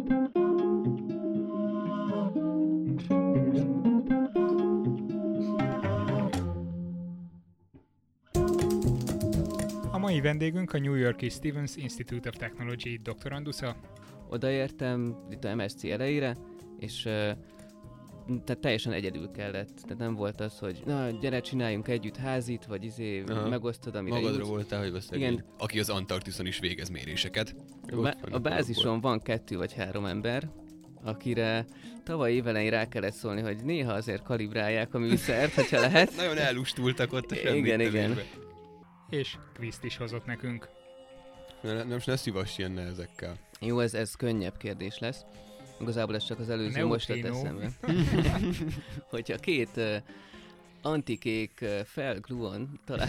A mai vendégünk a New York-i Stevens Institute of Technology doktorandusza. Odaértem itt a MSc elejére, és tehát teljesen egyedül kellett. Tehát nem volt az, hogy na, gyere, csináljunk együtt házit, vagy megosztod, amire magadra jutsz. voltál, hogy Igen. aki az Antarktiszon is végez méréseket. A bázison van 2 vagy 3 ember, akire tavaly évelején rá kellett szólni, hogy néha azért kalibrálják a műszert, hogyha lehet. Nagyon elustultak ott a Igen. És kvízt is hozott nekünk. Most ne szívass ilyen nehezekkel. Jó, ez könnyebb kérdés lesz. Igazából ez csak az előző most lett eszembe. Hogyha 2 antikék felgluon talán...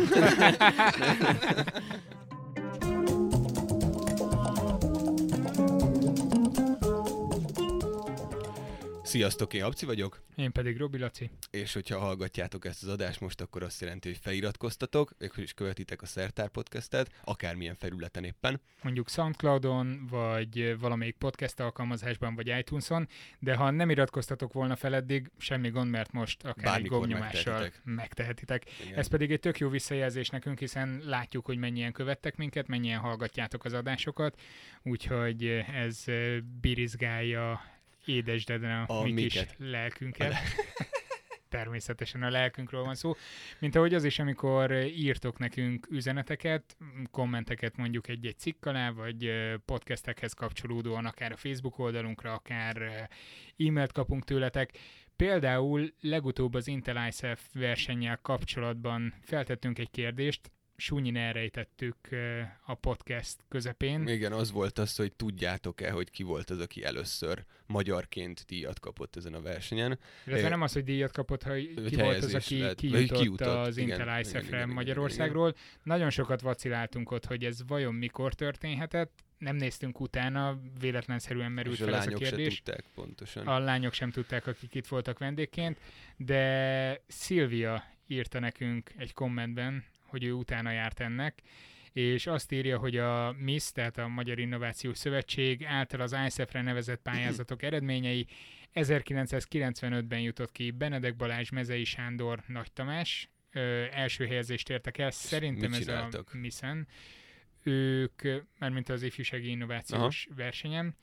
Sziasztok, én Abci vagyok. Én pedig Robi Laci. És hogyha hallgatjátok ezt az adást most, akkor azt jelenti, hogy feliratkoztatok, és követitek a Szertár podcastet, akármilyen felületen éppen. Mondjuk Soundcloudon, vagy valamelyik podcast alkalmazásban, vagy iTunes-on, de ha nem iratkoztatok volna fel eddig, semmi gond, mert most akár bármikor egy gombnyomással megtehetitek. Igen. Ez pedig egy tök jó visszajelzés nekünk, hiszen látjuk, hogy mennyien követtek minket, mennyien hallgatjátok az adásokat, úgyhogy ez birizgálja édesdeden a mi kis lelkünket. Természetesen a lelkünkről van szó. Mint ahogy az is, amikor írtok nekünk üzeneteket, kommenteket mondjuk egy-egy cikk alá, vagy podcastekhez kapcsolódóan, akár a Facebook oldalunkra, akár e-mailt kapunk tőletek. Például legutóbb az Intel ISEF versennyel kapcsolatban feltettünk egy kérdést, súnyin elrejtettük a podcast közepén. Igen, az volt az, hogy tudjátok-e, hogy ki volt az, aki először magyarként díjat kapott ezen a versenyen. Illetve nem az, hogy díjat kapott, ha ki volt az, aki kijutott az Intel ISEF-re Magyarországról. Igen. Nagyon sokat vaciláltunk ott, hogy ez vajon mikor történhetett. Nem néztünk utána, véletlenszerűen merült fel ez a kérdés. A lányok sem tudták pontosan. A lányok sem tudták, akik itt voltak vendégként, de Szilvia írta nekünk egy kommentben, hogy ő utána járt ennek, és azt írja, hogy a MISZ, tehát a Magyar Innovációs Szövetség által az ISEF-re nevezett pályázatok eredményei 1995-ben jutott ki Benedek Balázs, Mezei Sándor, Nagy Tamás. Első helyezést értek el, szerintem ez a MISZ-en. Ők, mármint az ifjúsági innovációs versenyen.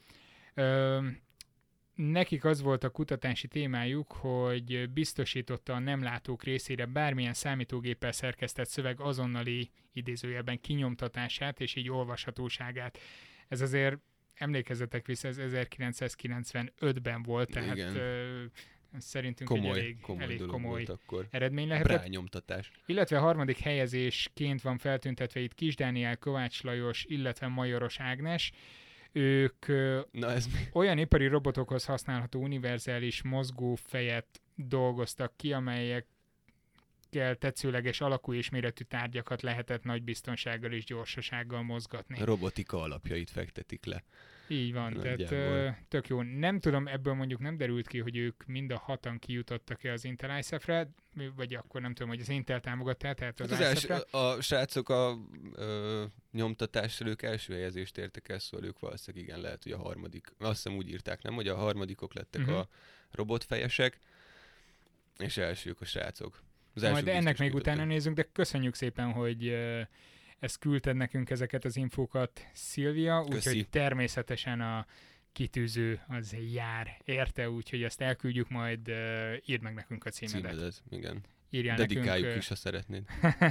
Nekik az volt a kutatási témájuk, hogy biztosította a nem látók részére bármilyen számítógéppel szerkesztett szöveg azonnali idézőjelben kinyomtatását és így olvashatóságát. Ez azért, emlékezzetek vissza, ez 1995-ben volt, tehát szerintünk egy elég komoly eredmény lehetett. Rányomtatás. Illetve a harmadik helyezésként van feltüntetve itt Kis Dániel, Kovács Lajos, illetve Majoros Ágnes. Ők olyan ipari robotokhoz használható univerzális mozgófejet dolgoztak ki, amelyekkel tetszőleges alakú és méretű tárgyakat lehetett nagy biztonsággal és gyorsasággal mozgatni. A robotika alapjait fektetik le. Így van, tehát tök jó. Nem tudom, ebből mondjuk nem derült ki, hogy ők mind a 6-an kijutottak-e az Intel ISEF-re, vagy akkor nem tudom, hogy az Intel támogatta, tehát az ISEF-re. A srácok a nyomtatásra ők első helyezést értek el, szóval ők valószínűleg igen, lehet, hogy a harmadik, azt hiszem úgy írták, nem, hogy a harmadikok lettek a robotfejesek, és elsők a srácok. Majd ennek még utána nézzünk, de köszönjük szépen, hogy ezt küldted nekünk ezeket az infókat, Szilvia, úgyhogy természetesen a kitűző az jár érte, úgyhogy ezt elküldjük, majd írd meg nekünk a címedet. Igen. Írjál dedikáljuk nekünk, is, ha szeretnéd.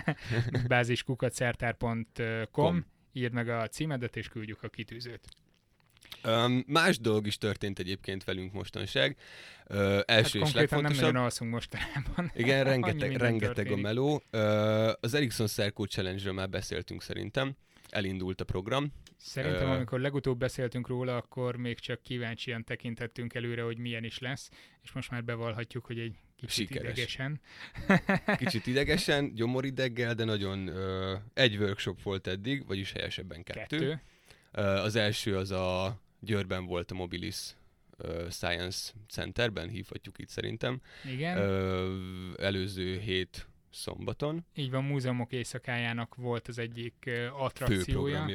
bázis@szertár.com, írd meg a címedet, és küldjük a kitűzőt. Más dolog is történt egyébként velünk mostanság. Első és legfontosabb. Nem nagyon alszunk mostanában. Igen, rengeteg a meló. Az Ericsson Serco Challenge-ről már beszéltünk szerintem. Elindult a program. Szerintem, amikor legutóbb beszéltünk róla, akkor még csak kíváncsian tekintettünk előre, hogy milyen is lesz, és most már bevallhatjuk, hogy egy kicsit idegesen. Kicsit idegesen, gyomorideggel, de nagyon egy workshop volt eddig, vagyis helyesebben 2. Az első az a Győrben volt a Mobilis Science Centerben, hívhatjuk itt szerintem. Igen. Előző hét szombaton. Így van, múzeumok éjszakájának volt az egyik attrakciója. Főprogramja.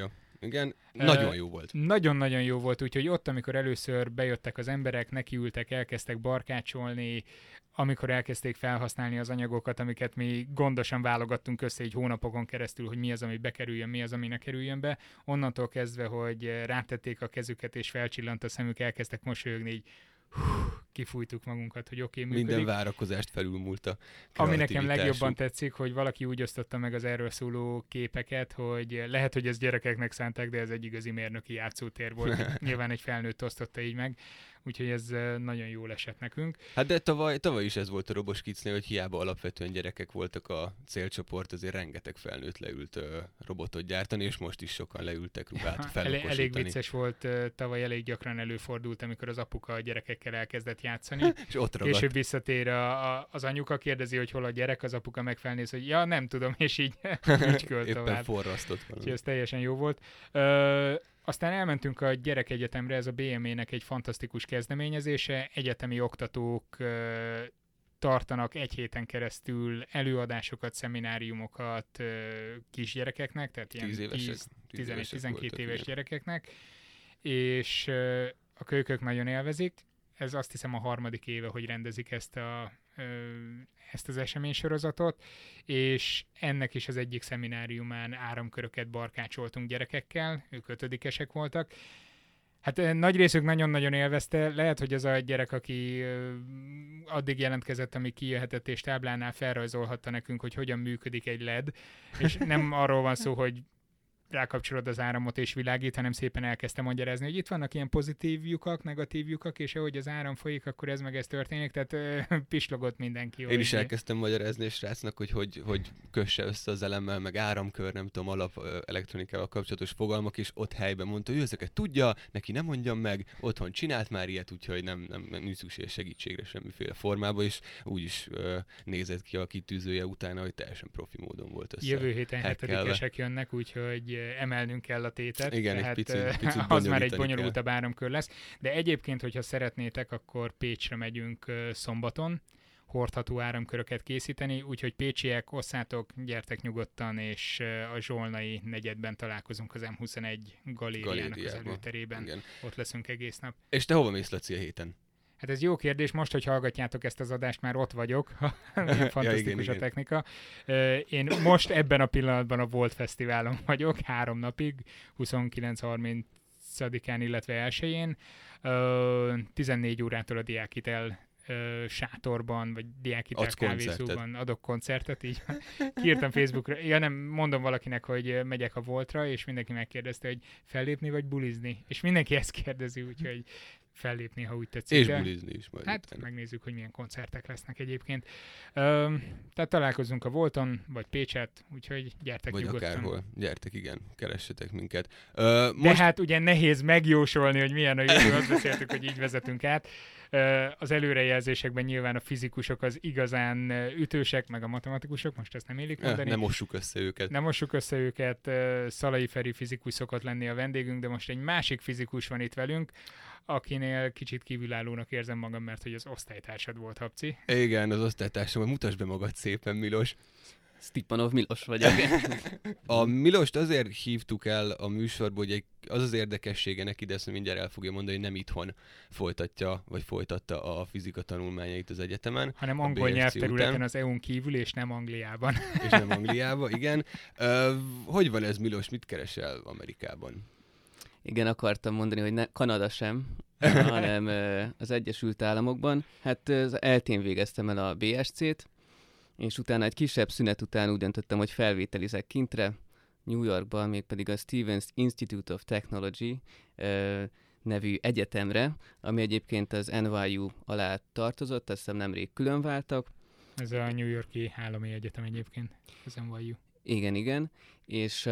Igen, nagyon jó volt. Nagyon-nagyon jó volt, úgyhogy ott, amikor először bejöttek az emberek, nekiültek, elkezdtek barkácsolni, amikor elkezdték felhasználni az anyagokat, amiket mi gondosan válogattunk össze így hónapokon keresztül, hogy mi az, ami bekerüljön, mi az, ami ne kerüljön be. Onnantól kezdve, hogy rátették a kezüket és felcsillant a szemük, elkezdtek mosolyogni, így kifújtuk magunkat, hogy oké, működik. Minden várakozást felülmúlta. Ami nekem legjobban tetszik, hogy valaki úgy osztotta meg az erről szóló képeket, hogy lehet, hogy ez gyerekeknek szánták, de ez egy igazi mérnöki játszótér volt. Nyilván egy felnőtt osztotta így meg, úgyhogy ez nagyon jól esett nekünk. Hát de tavaly is ez volt a Robos Kidsnél, hogy hiába alapvetően gyerekek voltak a célcsoport, azért rengeteg felnőtt leült robotot gyártani, és most is sokan leültek ruhát felokosítani. Elég vicces volt, tavaly elég gyakran előfordult, amikor az apuka a gyerekekkel elkezdett játszani. És ott ragadt. Később visszatér az anyuka, kérdezi, hogy hol a gyerek, az apuka megfelnéz, hogy ja, nem tudom, és így költ éppen tovább. forrasztott valami. Úgyhogy ez teljesen jó volt. Aztán elmentünk a gyerekegyetemre, ez a BME-nek egy fantasztikus kezdeményezése. Egyetemi oktatók tartanak egy héten keresztül előadásokat, szemináriumokat kisgyerekeknek, tehát ilyen 11-12 éves gyerekeknek, és a kölykök nagyon élvezik. Ez azt hiszem a 3. éve, hogy rendezik ezt az eseménysorozatot, és ennek is az egyik szemináriumán áramköröket barkácsoltunk gyerekekkel, ők 5-esek voltak. Hát nagy részük nagyon-nagyon élvezte, lehet, hogy az a gyerek, aki addig jelentkezett, amíg kijöhetett, és táblánál felrajzolhatta nekünk, hogy hogyan működik egy LED, és nem arról van szó, hogy rákapcsolod az áramot és világít, hanem szépen elkezdtem magyarázni, hogy itt vannak ilyen pozitív lyukak, negatív lyukak, és ahogy az áram folyik, akkor ez meg ez történik, tehát pislogott mindenki. Én is elkezdtem magyarázni a srácnak, hogy kösse össze az elemmel, meg áramkör, nem tudom, alap elektronikával kapcsolatos fogalmak, és ott helyben mondta, hogy ő ezeket tudja, neki nem mondjam meg, otthon csinált már ilyet, úgyhogy nem szükség segítségre semmiféle formában, és úgy is nézett ki a kitűzője utána, hogy teljesen profi módon volt össze. Jövő héten 7-esek jönnek, úgyhogy emelnünk kell a tétet. Igen, tehát egy picit az már egy bonyolultabb áramkör lesz. De egyébként, hogyha szeretnétek, akkor Pécsre megyünk szombaton hordható áramköröket készíteni, úgyhogy pécsiek, osszátok, gyertek nyugodtan, és a zsolnai negyedben találkozunk az M21 galériának az előterében. Igen. Ott leszünk egész nap. És te hova mész, Laci, a héten? Hát ez jó kérdés, most, hogy hallgatjátok ezt az adást, már ott vagyok, milyen fantasztikus a technika. Én most ebben a pillanatban a Volt Fesztiválon vagyok, 3 napig, 29-30-án, illetve 1-én. 14 órától a Diákitel sátorban, vagy Diákitel kávézóban adok koncertet, így kiírtam Facebookra, ja nem, mondom valakinek, hogy megyek a Voltra, és mindenki megkérdezte, hogy fellépni vagy bulizni, és mindenki ezt kérdezi, úgyhogy fellépni, ha úgy tetszik. És bulizni is majd. Hát megnézzük, hogy milyen koncertek lesznek egyébként. Tehát találkozunk a Volton, vagy Pécset, úgyhogy gyertek vagy nyugodtan. Vagy akárhol. Gyertek, igen. Keressetek minket. De hát ugye nehéz megjósolni, hogy milyen a jövő. Azt beszéltük, hogy így vezetünk át. Az előrejelzésekben nyilván a fizikusok az igazán ütősek, meg a matematikusok, most ezt nem élik mondani. Nem mossuk össze őket. Szalai Feri fizikus szokott lenni a vendégünk, de most egy másik fizikus van itt velünk, akinél kicsit kívülállónak érzem magam, mert hogy az osztálytársad volt, Habci. Igen, az osztálytársam, mutasd be magad szépen, Milos. Stipanov Milos vagyok. A Milost azért hívtuk el a műsorba, hogy az érdekessége neki, de ezt mindjárt el fogja mondani, hogy nem itthon folytatta a fizika tanulmányait az egyetemen. Hanem angol nyelvterületen az EU-n kívül, és nem Angliában. És nem Angliában, igen. Hogy van ez, Milos? Mit keresel Amerikában? Igen, akartam mondani, hogy Kanada sem, hanem az Egyesült Államokban. Hát az eltén végeztem el a BSC-t, és utána egy kisebb szünet után úgy döntöttem, hogy felvételizek kintre, New Yorkban, mégpedig a Stevens Institute of Technology nevű egyetemre, ami egyébként az NYU alá tartozott, azt hiszem nemrég különváltak. Ez a New York-i állami egyetem egyébként, az NYU. Igen, és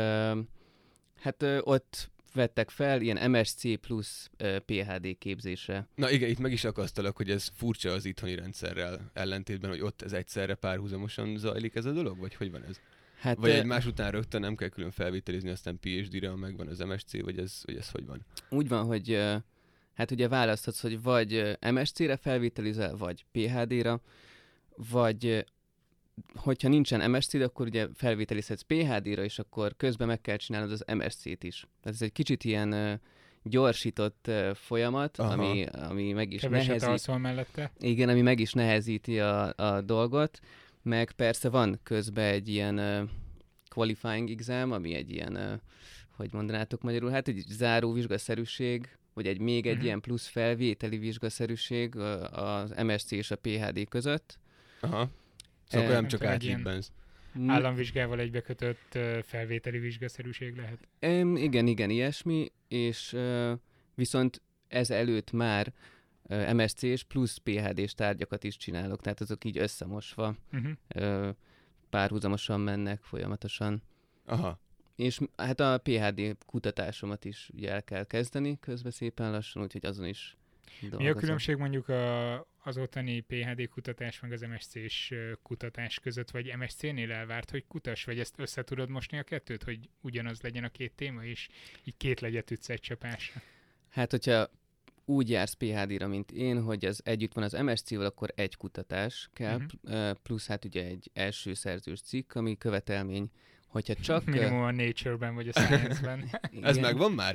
hát ott vettek fel ilyen MSc plusz PhD képzésre. Na igen, itt meg is akasztalak, hogy ez furcsa az itthoni rendszerrel ellentétben, hogy ott ez egyszerre párhuzamosan zajlik ez a dolog, vagy hogy van ez? Hát, vagy egymás után rögtön nem kell külön felvételizni, aztán PhD-re, ha megvan az MSc, vagy ez hogy van? Úgy van, hogy hát ugye választhatsz, hogy vagy MSc-re felvételizel, vagy PhD-ra, vagy hogyha nincsen MSC-d, akkor ugye felvételizhetsz PHD-ra, és akkor közben meg kell csinálnod az MSC-t is. Tehát ez egy kicsit ilyen gyorsított folyamat, ami meg is nehezíti. Mellette. Igen, ami meg is nehezíti a dolgot, meg persze van közben egy ilyen qualifying exam, ami egy ilyen, hogy mondanátok magyarul, hát egy záróvizsgaszerűség, vagy egy ilyen plusz felvételi vizsgaszerűség az MSC és a PHD között. Aha. Szóval nem csak átlibbensz. Államvizsgával egybekötött felvételi vizsgaszerűség lehet? Igen, ilyesmi, és viszont ez előtt már MSC-s plusz PHD-s tárgyakat is csinálok, tehát azok így összemosva párhuzamosan mennek folyamatosan. Aha. És hát a PHD kutatásomat is ugye el kell kezdeni közben szépen lassan, úgyhogy azon is dolgozom. Mi a különbség mondjuk az ottani PHD kutatás meg az MSC-s kutatás között, vagy MSC-nél elvárt, hogy kutass, vagy ezt össze tudod mosni a kettőt, hogy ugyanaz legyen a két téma, és így két legyet ütsz egy csapásra? Hát, hogyha úgy jársz PHD-ra, mint én, hogy az együtt van az MSC-vel, akkor egy kutatás kell, plusz hát ugye egy első szerzős cikk, ami követelmény, hogyha csak... Minimum a Nature-ben vagy a Science-ben. Ez megvan már?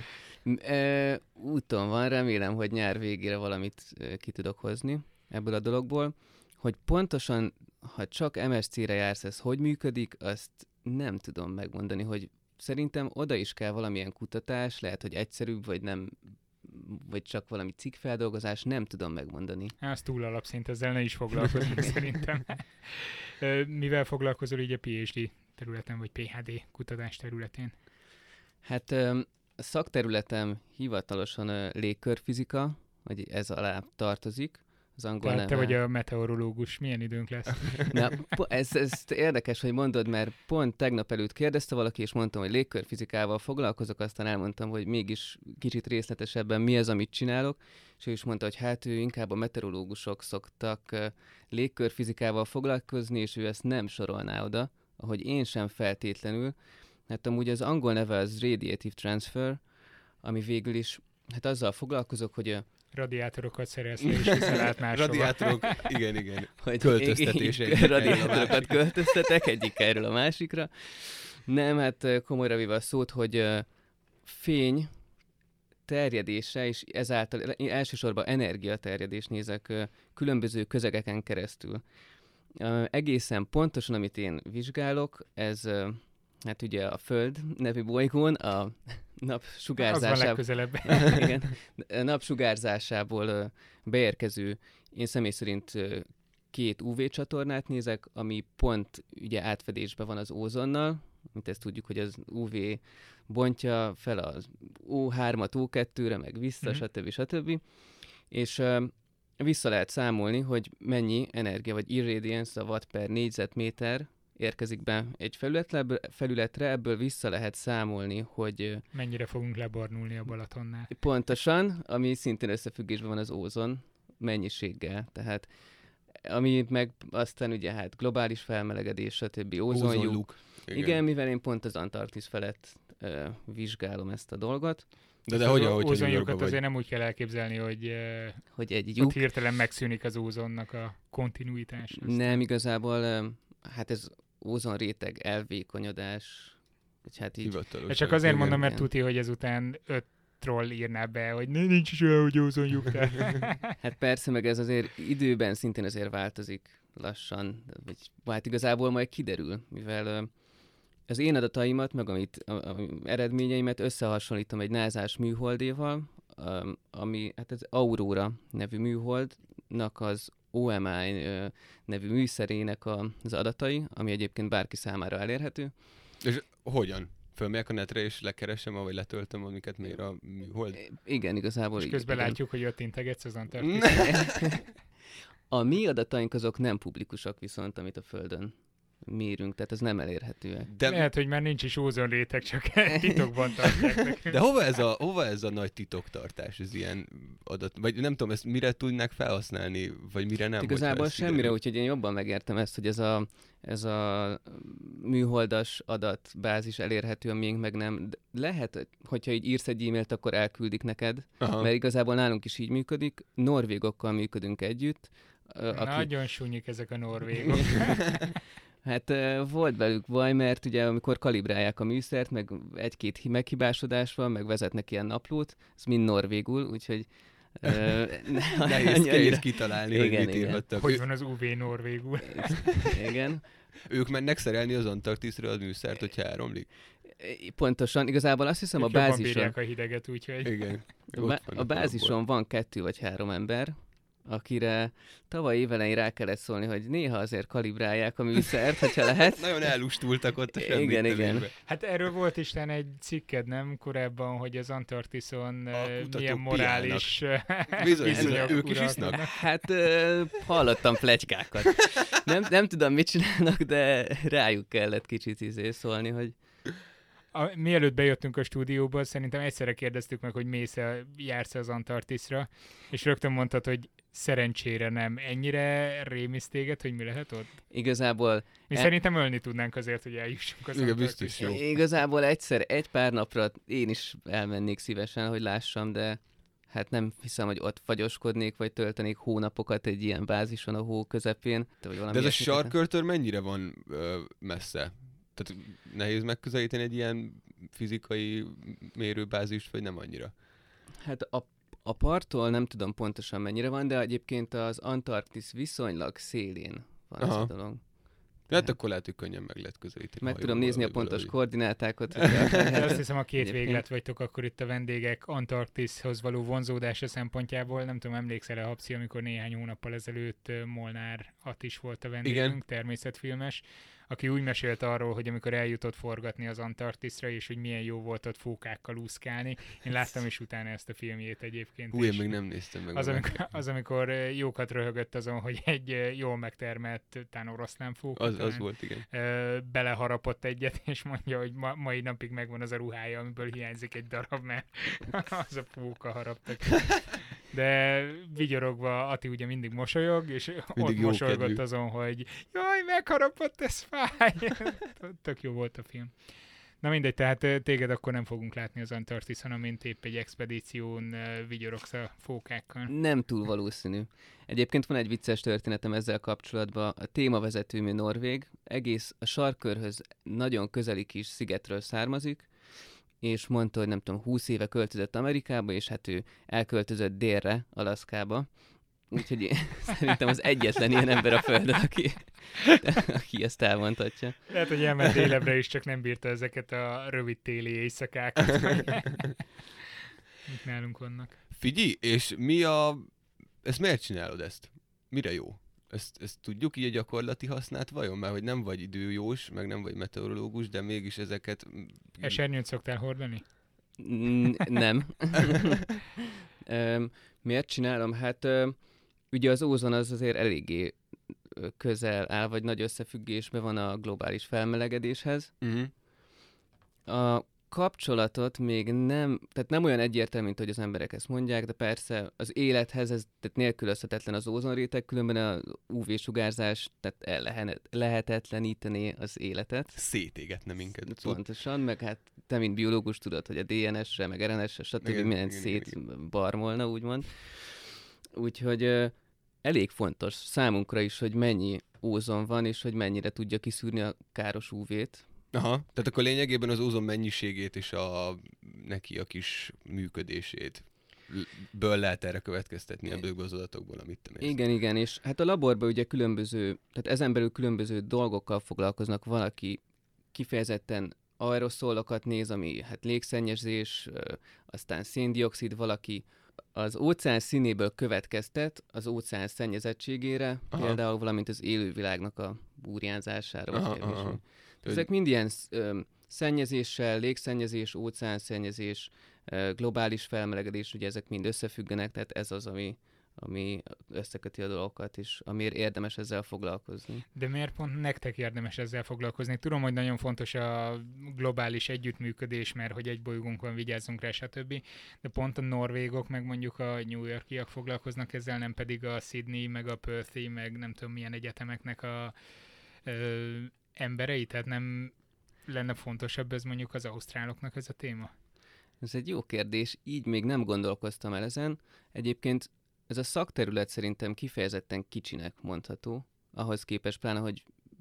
Úton van, remélem, hogy nyár végére valamit ki tudok hozni ebből a dologból. Hogy pontosan, ha csak MSC-re jársz, ez hogy működik, azt nem tudom megmondani, hogy szerintem oda is kell valamilyen kutatás, lehet, hogy egyszerűbb, vagy nem, vagy csak valami cikkfeldolgozás, nem tudom megmondani. Ez túl alapszint, ezzel ne is foglalkozunk szerintem. Mivel foglalkozol így a PhD területen, vagy PhD kutatás területén? Hát a szakterületem hivatalosan légkörfizika, vagy ez alá tartozik. Az angol Tehát te vagy a meteorológus, milyen időnk lesz? Na, ez érdekes, hogy mondod, mert pont tegnap előtt kérdezte valaki, és mondtam, hogy légkörfizikával foglalkozok, aztán elmondtam, hogy mégis kicsit részletesebben mi az, amit csinálok, és ő is mondta, hogy hát ő inkább a meteorológusok szoktak légkörfizikával foglalkozni, és ő ezt nem sorolná oda, ahogy én sem feltétlenül. Hát amúgy az angol neve az Radiative Transfer, ami végül is, hát azzal foglalkozok, hogy radiátorokat szerelsz le, és viszel át máshova. Radiátorok, igen. Költöztetések. Radiátorokat költöztetek egyik erről a másikra. Nem, hát komolyra véve a szót, hogy fény terjedése, és ezáltal elsősorban energiaterjedés nézek különböző közegeken keresztül. Egészen pontosan, amit én vizsgálok, ez hát ugye a Föld nevű bolygón a napsugárzásából beérkező, én személy szerint 2 UV csatornát nézek, ami pont ugye átfedésben van az ózonnal, mint ezt tudjuk, hogy az UV bontja fel az O3-at O2-re, meg vissza, stb. És vissza lehet számolni, hogy mennyi energia, vagy irradiance a watt per négyzetméter érkezik be egy felületre, ebből vissza lehet számolni, hogy... mennyire fogunk lebarnulni a Balatonnál. Pontosan, ami szintén összefüggésben van az ózon mennyiséggel. Tehát ami meg aztán ugye hát globális felmelegedés, stb. Ózonlyuk. Igen, mivel én pont az Antarktisz felett vizsgálom ezt a dolgot. De hogyan, hogy ózonlyukat azért nem úgy kell elképzelni, hogy egy lyuk. Hirtelen megszűnik az ózonnak a kontinuitás. Nem, igazából hát ez ózonréteg elvékonyodás. Hát így. Csak azért mondom, mert tuti, hogy ezután 5 troll írná be, hogy nincs is olyan, hogy ózonlyuk. Hát persze, meg ez azért időben szintén azért változik lassan, vagy hát igazából majd kiderül, mivel az én adataimat, meg amit eredményeimet összehasonlítom egy NASA-s műholdéval, ami hát az Aurora nevű műholdnak az OMI nevű műszerének az adatai, ami egyébként bárki számára elérhető. És hogyan? Fölmegyek a netre és lekeresem, vagy letöltöm, amiket mér a műhold? Igen, igazából. És közben látjuk, hogy ott integetsz az Antarktiszon. A mi adataink azok nem publikusak viszont, amit a Földön mérünk, tehát ez nem elérhető. De lehet, hogy már nincs is ózonréteg, csak titokban tartják nekünk. De hova ez a nagy titoktartás, ez ilyen adat? Vagy nem tudom, ezt mire tudnák felhasználni, vagy mire nem? Igazából semmire, úgyhogy én jobban megértem ezt, hogy ez a műholdas adatbázis elérhető, amíg meg nem. De lehet, hogyha így írsz egy e-mailt, akkor elküldik neked, mert igazából nálunk is így működik. Norvégokkal működünk együtt. Nagyon súnyik ezek a norvégok. Hát volt velük baj, mert ugye amikor kalibrálják a műszert, meg egy-két meghibásodás van, meg vezetnek ilyen naplót, ez mind norvégul, úgyhogy nehéz kitalálni, igen, hogy mit írhattak. Hogy van az UV norvégul? Igen. Ők mennek szerelni az Antarktiszra a műszert, hogyha elromlik? Pontosan, igazából azt hiszem a bázison... a hideget, úgyhogy... Igen. A bázison van 2 vagy 3 ember, akire tavaly évelején rá kellett szólni, hogy néha azért kalibrálják a műszert, hogyha lehet. Nagyon elustultak ott a semmit. Igen. Hát erről volt Isten egy cikked, nem? Korábban, hogy az Antarktiszon milyen morális viszonyok ők is isznak? Hát hallottam pletykákat. Nem tudom, mit csinálnak, de rájuk kellett kicsit szólni, hogy... Mielőtt bejöttünk a stúdióba, szerintem egyszerre kérdeztük meg, hogy jársz az Antarktiszra, és rögtön mondtad, hogy szerencsére nem. Ennyire rémiszt téged, hogy mi lehet ott? Igazából... Mi szerintem ölni tudnánk azért, hogy eljussunk az Antarktiszra. Igazából egy pár napra én is elmennék szívesen, hogy lássam, de hát nem hiszem, hogy ott fagyoskodnék, vagy töltenék hónapokat egy ilyen bázison a hó közepén. De ez a sarkkörtől mennyire van messze? Tehát nehéz megközelíteni egy ilyen fizikai mérőbázist, vagy nem annyira? Hát a parttól nem tudom pontosan mennyire van, de egyébként az Antarktisz viszonylag szélén van ez a dolog. Hát akkor lehet, hogy könnyen meg lehet közelíteni. Meg tudom nézni a pontos koordinátákat. De azt hiszem, a két véglet vagytok akkor itt a vendégek Antarktiszhoz való vonzódása szempontjából. Nem tudom, emlékszel-e, Habszi, amikor néhány hónappal ezelőtt Molnár Attis volt a vendégünk, igen, természetfilmes, aki úgy mesélt arról, hogy amikor eljutott forgatni az Antarktiszra, és hogy milyen jó volt ott fókákkal úszkálni. Én láttam is utána ezt a filmjét egyébként. Én még nem néztem meg. Amikor jókat röhögött azon, hogy egy jól megtermelt oroszlán fóka. Az volt, igen. Beleharapott egyet, és mondja, hogy mai napig megvan az a ruhája, amiből hiányzik egy darab, mert az a fóka haraptak. De vigyorogva Ati ugye mindig mosolyog, és mindig ott mosolygott azon, hogy jaj, megharapott, ez fáj. Tök jó volt a film. Na mindegy, tehát téged akkor nem fogunk látni az Antarktiszon, amint épp egy expedíción vigyorogsz a fókákkal. Nem túl valószínű. Egyébként van egy vicces történetem ezzel kapcsolatban. A témavezetőmű norvég egész a sarkkörhöz nagyon közeli kis szigetről származik, és mondta, hogy nem tudom, 20 éve költözött Amerikába, és hát ő elköltözött délre, Alaszkába. Úgyhogy szerintem az egyetlen ilyen ember a Földön, aki ezt elmondhatja. Lehet, hogy elment délebre is, csak nem bírta ezeket a rövid téli éjszakákat. Mik nálunk vannak. Figyelj, és ezt miért csinálod ezt? Mire jó? Ezt tudjuk így a gyakorlati hasznát vajon? Mert hogy nem vagy időjós, meg nem vagy meteorológus, de mégis ezeket... Esernyőt szoktál hordani? Nem. Miért csinálom? Hát ugye az ózon az azért eléggé közel áll, vagy nagy összefüggésben van a globális felmelegedéshez. A kapcsolatot még nem, tehát nem olyan egyértelmű, mint hogy az emberek ezt mondják, de persze az élethez ez tehát nélkülözhetetlen az ózonréteg, különben az UV-sugárzás tehát lehetetleníteni az életet. Szétégetne minket. Pontosan, meg hát te, mint biológus tudod, hogy a DNS-re, meg RNS-re, stb. Mindent szétbarmolna, úgymond. Úgyhogy elég fontos számunkra is, hogy mennyi ózon van, és hogy mennyire tudja kiszűrni a káros UV-t. Aha, tehát akkor lényegében az ózon mennyiségét és neki a kis működését ből lehet erre következtetni ebből az adatokból, amit te mész. Igen, és hát a laborban ugye tehát ezen belül különböző dolgokkal foglalkoznak. Valaki kifejezetten aeroszolokat néz, ami hát légszennyezés, aztán széndioxid, valaki az óceán színéből következtet az óceán szennyezettségére, például valamint az élővilágnak a búrjánzására. Ezek mind ilyen szennyezéssel, légszennyezés, óceánszennyezés, globális felmelegedés, ugye ezek mind összefüggenek, tehát ez az, ami összeköti a dolgokat, és amiért érdemes ezzel foglalkozni. De miért pont nektek érdemes ezzel foglalkozni? Tudom, hogy nagyon fontos a globális együttműködés, mert hogy egy bolygónk van, vigyázzunk rá, stb. De pont a norvégok, meg mondjuk a New Yorkiak foglalkoznak ezzel, nem pedig a Sydney, meg a Perthi, meg nem tudom milyen egyetemeknek a emberei, tehát nem lenne fontosabb ez mondjuk az ausztráloknak ez a téma? Ez egy jó kérdés, így még nem gondolkoztam el ezen. Egyébként ez a szakterület szerintem kifejezetten kicsinek mondható, ahhoz képest pláne, hogy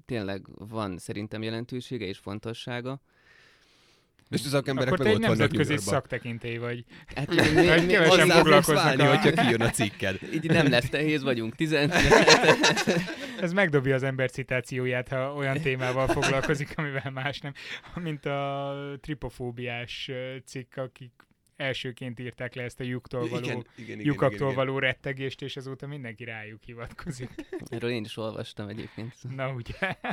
tényleg van szerintem jelentősége és fontossága. És az szakemberek akkor meg te egy ott vannak nemzetközi szaktekintély vagy. Hát kevesen foglalkoznak hogyha kijön a cikked. Így nem lesz nehéz, vagyunk 10. Ez megdobja az ember citációját, ha olyan témával foglalkozik, amivel más nem. Mint a tripofóbiás cikk, akik elsőként írták le ezt a lyukaktól való rettegést, és azóta mindenki rájuk hivatkozik. Erről én is olvastam egyébként. Na ugye.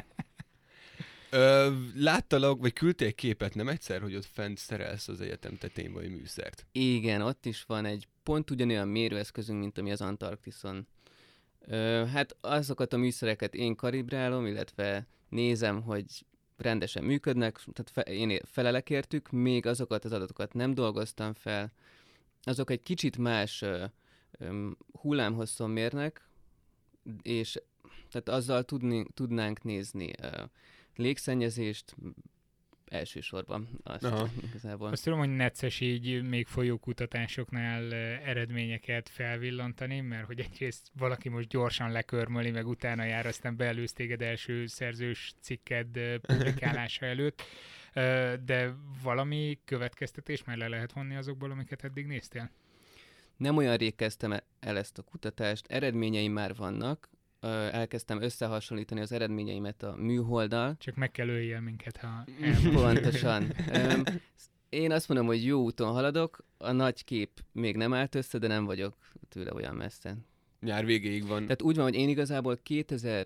Láttalak, vagy küldtél egy képet nem egyszer, hogy ott fent szerelsz az egyetem tetején vagy műszert? Igen, ott is van egy pont ugyanolyan mérőeszközünk, mint ami az Antarktiszon. Hát azokat a műszereket én kalibrálom, illetve nézem, hogy rendesen működnek, tehát én felelek értük, még azokat az adatokat nem dolgoztam fel. Azok egy kicsit más hullámhosszon mérnek, és tehát azzal tudnánk nézni légszennyezést elsősorban. Igazából. Azt tudom, hogy necces így még folyó kutatásoknál eredményeket felvillantani, mert hogy egyrészt valaki most gyorsan lekörmöli, meg utána jár, aztán beelőz téged első szerzős cikked publikálása előtt, de valami következtetés már le lehet vonni azokból, amiket eddig néztél? Nem olyan rég kezdtem el ezt a kutatást, eredményeim már vannak, elkezdtem összehasonlítani az eredményeimet a műholddal. Csak meg kell öljél minket, ha Pontosan. Én azt mondom, hogy jó úton haladok, a nagy kép még nem állt össze, de nem vagyok tőle olyan messze. Nyár végéig van. Tehát úgy van, hogy én igazából 2007-től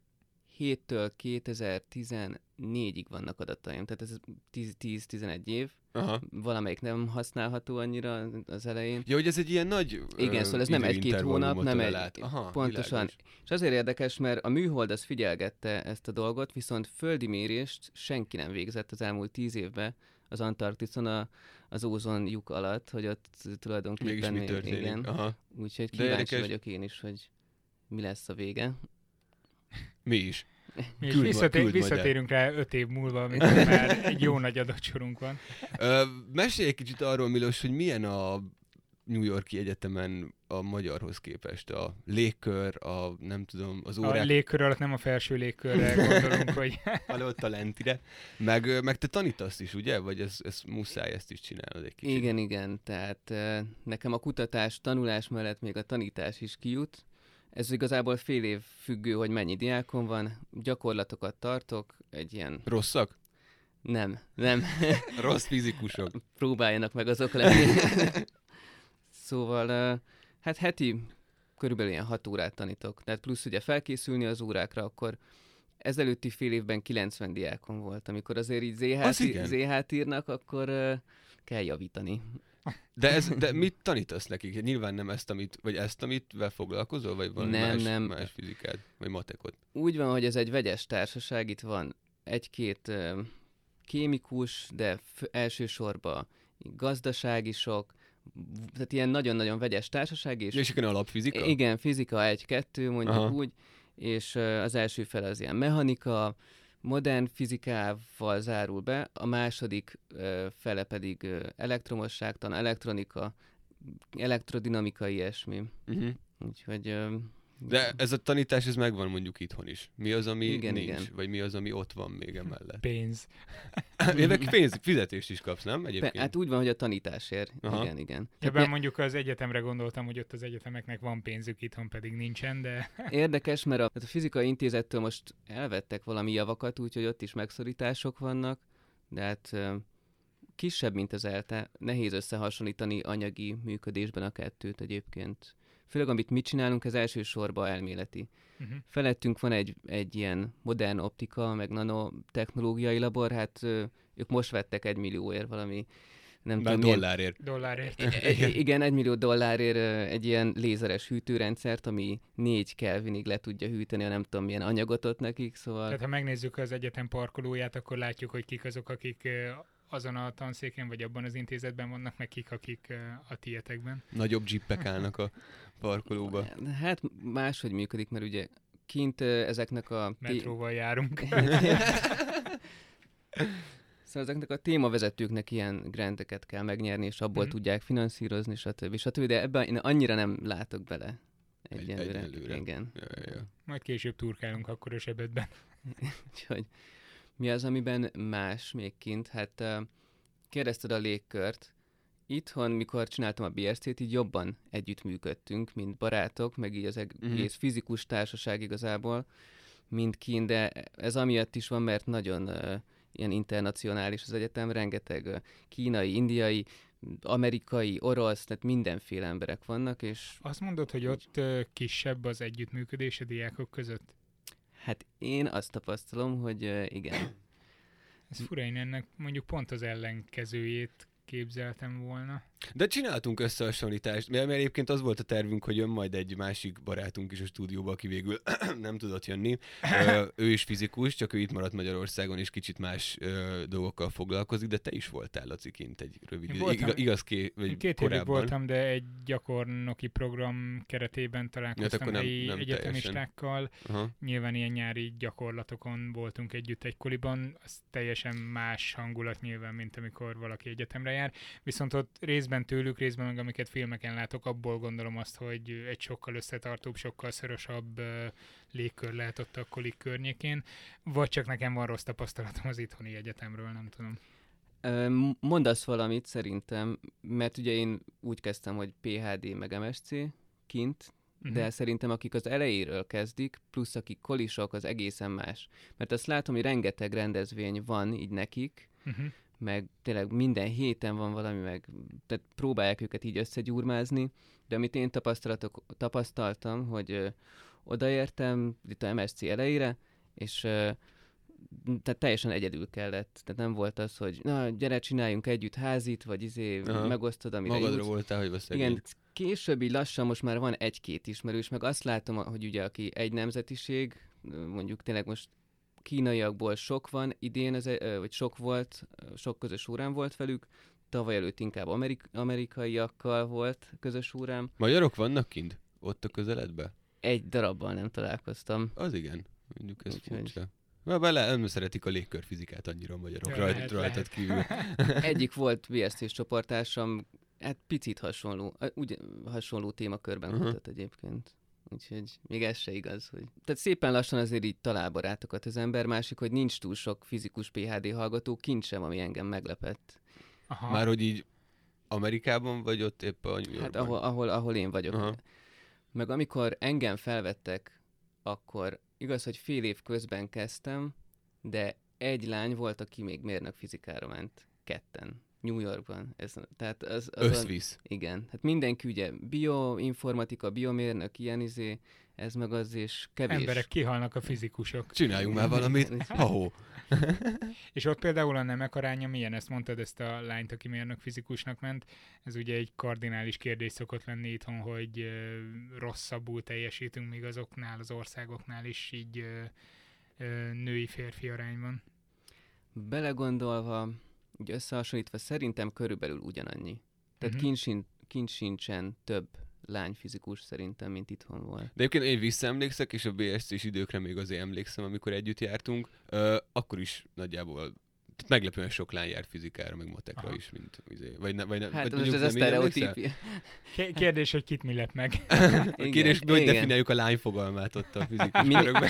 2014-ig vannak adataim, tehát ez 10-11 év. Aha. Valamelyik nem használható annyira az elején. Ja, hogy ez egy ilyen nagy igen, szóval ez nem egy-két hónap, nem egy... Aha, pontosan. Világos. És azért érdekes, mert a műhold az figyelgette ezt a dolgot, viszont földi mérést senki nem végzett az elmúlt 10 évben az Antarktiszon az ózon lyuk alatt, hogy ott tulajdonképpen... Mégis mi történik? Igen. Aha. Úgyhogy kíváncsi vagyok én is, hogy mi lesz a vége. Mi is. És visszatérünk rá 5 év múlva, amikor már egy jó nagy adatsorunk van. Mesélj egy kicsit arról, Milos, hogy milyen a New York-i egyetemen a magyarhoz képest a légkör, nem tudom, az órák... A légkör alatt nem a felső légkörre gondolunk, hogy... Ott a lentire. Meg te tanítasz is, ugye? Vagy ez muszáj ezt is csinálnod egy kicsit? Igen. Tehát nekem a kutatás, tanulás mellett még a tanítás is kijut. Ez igazából fél év függő, hogy mennyi diákom van. Gyakorlatokat tartok, egy ilyen... Rosszak? Nem. Rossz fizikusok. Próbáljanak meg azok lenni. Szóval, hát heti körülbelül ilyen 6 órát tanítok. Tehát plusz ugye felkészülni az órákra, akkor ezelőtti fél évben 90 diákom volt. Amikor azért így ZH-t írnak, akkor kell javítani. De mit tanítasz nekik? Nyilván nem ezt, amit foglalkozol, vagy valami más fizikát, vagy matekot? Úgy van, hogy ez egy vegyes társaság, itt van egy-két kémikus, de elsősorban gazdasági sok, tehát ilyen nagyon-nagyon vegyes társaság. És igen, alapfizika? Igen, fizika 1-2 mondjuk. Aha. Úgy, és az első fele az ilyen mechanika, modern fizikával zárul be, a második fele pedig elektromosságtan, elektronika, elektrodinamika, ilyesmi. Uh-huh. Úgyhogy... De ez a tanítás, ez megvan mondjuk itthon is. Mi az, ami nincs? Vagy mi az, ami ott van még emellett? Pénz. Fizetést is kapsz, nem? Egyébként? Hát úgy van, hogy a tanításért. Aha. Igen. Ebben mondjuk az egyetemre gondoltam, hogy ott az egyetemeknek van pénzük, itthon pedig nincsen, de... Érdekes, mert a Fizikai Intézettől most elvettek valami javakat, úgyhogy ott is megszorítások vannak, de hát kisebb, mint az ELTE. Nehéz összehasonlítani anyagi működésben a kettőt egyébként. Főleg, amit mit csinálunk, ez elsősorban elméleti. Uh-huh. Felettünk van egy ilyen modern optika, meg nanotechnológiai labor, hát ők most vettek $1 millióért valami, nem tudom. Dollárért. Igen, $1 millió egy ilyen lézeres hűtőrendszert, ami 4 Kelvinig le tudja hűteni, nem tudom milyen anyagot ott nekik, szóval... Tehát ha megnézzük az egyetem parkolóját, akkor látjuk, hogy kik azok, akik... azon a tanszéken, vagy abban az intézetben vannak, meg kik, akik a tietekben. Nagyobb jeepek állnak a parkolóba. Hát máshogy működik, mert ugye kint ezeknek a... Metróval járunk. Szóval ezeknek a témavezetőknek ilyen granteket kell megnyerni, és abból tudják finanszírozni, stb. De ebben én annyira nem látok bele. Egyelőre. Igen. Ja. Majd később turkálunk akkor a sebedben. Úgyhogy mi az, amiben más még kint? Hát kérdezted a légkört. Itthon, mikor csináltam a BSC-t, így jobban együttműködtünk, mint barátok, meg így az egész fizikus társaság igazából, mint kint, de ez amiatt is van, mert nagyon ilyen internacionális az egyetem, rengeteg kínai, indiai, amerikai, orosz, tehát mindenféle emberek vannak, és... Azt mondod, hogy ott kisebb az együttműködés a diákok között? Hát én azt tapasztalom, hogy igen. Ez fura, én ennek mondjuk pont az ellenkezőjét képzeltem volna. De csináltunk összehasonlítást, mert egyébként az volt a tervünk, hogy jön majd egy másik barátunk is a stúdióba, aki végül nem tudott jönni. Ő is fizikus, csak ő itt maradt Magyarországon, és kicsit más dolgokkal foglalkozik, de te is voltál, Laci, kint egy rövid idő. Igaz, két évig voltam, de egy gyakornoki program keretében találkoztam helyi egyetemistákkal. Nyilván ilyen nyári gyakorlatokon voltunk együtt egy koliban, az teljesen más hangulat nyilván, mint amikor valaki egyetemre jár. Viszont ott részben tőlük, részben meg amiket filmeken látok, abból gondolom azt, hogy egy sokkal összetartóbb, sokkal szorosabb légkör lehet ott a kolik környékén, vagy csak nekem van rossz tapasztalatom az itthoni egyetemről, nem tudom. Mondasz valamit szerintem, mert ugye én úgy kezdtem, hogy PhD meg MSc kint, de szerintem akik az elejéről kezdik, plusz akik kolisok, az egészen más. Mert azt látom, hogy rengeteg rendezvény van így nekik, meg tényleg minden héten van valami, meg tehát próbálják őket így összegyúrmázni, de amit én tapasztaltam, hogy odaértem itt a MSc elejére, és tehát teljesen egyedül kellett. Tehát nem volt az, hogy na, gyere, csináljunk együtt házit, vagy megosztod, amire magadra jutsz. voltál, hogy szegény. Igen, később így lassan most már van egy-két ismerős, meg azt látom, hogy ugye aki egy nemzetiség, mondjuk tényleg most kínaiakból sok van idén, vagy sok volt, sok közös órám volt velük, tavaly előtt inkább amerikaiakkal volt közös órám. Magyarok vannak kint? Ott a közeledben? Egy darabbal nem találkoztam. Az igen, mondjuk ez furcsa. Nem szeretik a légkörfizikát annyira a magyarok, rajtad kívül. Egyik volt BSC-s csoporttársam, hát picit hasonló témakörben mutat egyébként. Úgyhogy még ez se igaz, hogy... Tehát szépen lassan azért így talál barátokat az ember, másik, hogy nincs túl sok fizikus PhD hallgató, kint sem, ami engem meglepett. Aha. Már hogy így Amerikában vagy ott épp a New Yorkban? Hát ahol én vagyok. Aha. Meg amikor engem felvettek, akkor igaz, hogy fél év közben kezdtem, de egy lány volt, aki még mérnök fizikára ment. Ketten. New Yorkban. Tehát az összvisz. Igen. Hát mindenki ugye bioinformatika, biomérnök, ilyen ez meg az, és kevés. Emberek kihalnak a fizikusok. Csináljunk már valamit. Ha-hó. És ott például a nemek aránya milyen? Ezt mondtad, ezt a lányt, aki mérnök fizikusnak ment. Ez ugye egy kardinális kérdés szokott lenni itthon, hogy rosszabbul teljesítünk még azoknál, az országoknál is így női-férfi arányban. Belegondolva, úgy összehasonlítva szerintem körülbelül ugyanannyi. Tehát kint sincsen több lányfizikus szerintem, mint itthon volt. De egyébként én visszaemlékszek, és a BSC-s időkre még azért emlékszem, amikor együtt jártunk, akkor is nagyjából meglepően sok lány járt fizikára, meg matekra is, mint hát most ez a sztereotípia. Kérdés, hogy kit mi lep meg. Kérdés, hogy definiáljuk a lány fogalmát ott a fizikus körökben.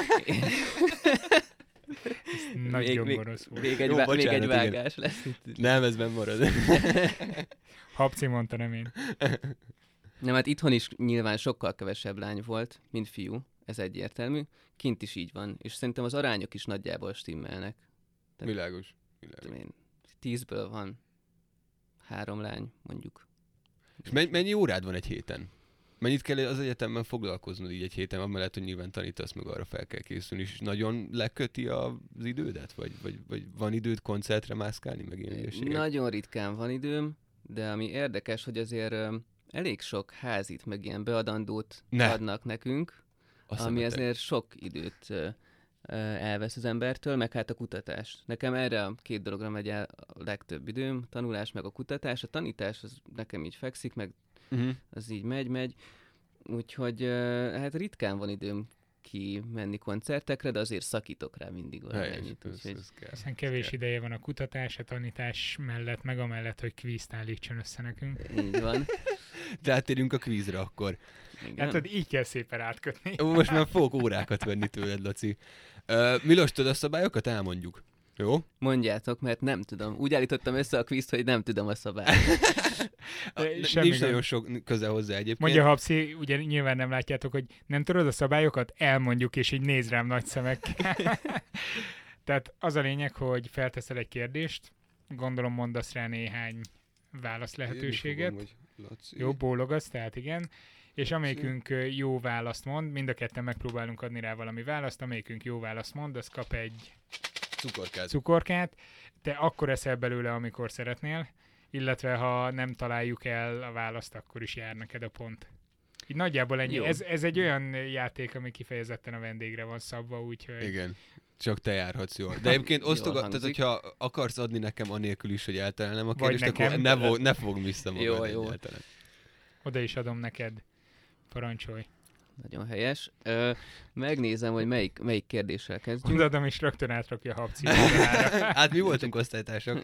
Nagyon gonosz volt. Még egy vágás lesz itt. Nem, ez benn marad. Habci mondta, nem én. Nem, hát itthon is nyilván sokkal kevesebb lány volt, mint fiú, ez egyértelmű. Kint is így van, és szerintem az arányok is nagyjából stimmelnek. Tehát, világos. 10-ből van 3 lány, mondjuk. És mennyi órád van egy héten? Mennyit kell az egyetemben foglalkoznod így egy héten, amellett, hogy nyilván tanítasz, meg arra fel kell készülni, és nagyon leköti az idődet? Vagy van időd koncertre mászkálni, meg ilyen ügyességek? Nagyon ritkán van időm, de ami érdekes, hogy azért elég sok házit, meg ilyen beadandót adnak nekünk, ami azért sok időt elvesz az embertől, meg hát a kutatás. Nekem erre a 2 dologra megy el a legtöbb időm, tanulás meg a kutatás. A tanítás az nekem így fekszik, meg az így megy. Úgyhogy hát ritkán van időm kimenni koncertekre, de azért szakítok rá mindig valamennyit. Hiszen kevés ideje van a kutatás, a tanítás mellett, meg amellett, hogy kvízt állítson össze nekünk. Így van. De áttérjünk a kvízre akkor. Igen. Hát így kell szépen átkötni. Most már fogok órákat venni tőled, Laci. Milos, tudod a szabályokat? Elmondjuk. Jó? Mondjátok, mert nem tudom. Úgy állítottam össze a kvízt, hogy nem tudom a szabályokat. Nincs nagyon sok köze hozzá egyébként. Mondja Habszi, ugye nyilván nem látjátok, hogy nem tudod a szabályokat? Elmondjuk, és így néz rám nagy szemekkel. Tehát az a lényeg, hogy felteszel egy kérdést, gondolom mondasz rá néhány válasz lehetőséget. Jó, bólogasz, tehát igen. És amelyikünk jó választ mond, mind a ketten megpróbálunk adni rá valami választ, amelyikünk jó választ mond, az kap egy cukorkát. Te akkor eszel belőle, amikor szeretnél, illetve ha nem találjuk el a választ, akkor is jár neked a pont. Így nagyjából ennyi. Ez egy olyan játék, ami kifejezetten a vendégre van szabva, úgyhogy... Igen. Csak te járhatsz jól. De egyébként tehát hogyha akarsz adni nekem anélkül is, hogy eltalálnám a kérdést, akkor ne fogom vissza magad egyáltalán. Oda is adom neked. Parancsolj. Nagyon helyes. Megnézem, hogy melyik kérdéssel kezdjünk. Odaadom és rögtön átrakja a Habci. Hát mi voltunk osztálytársak.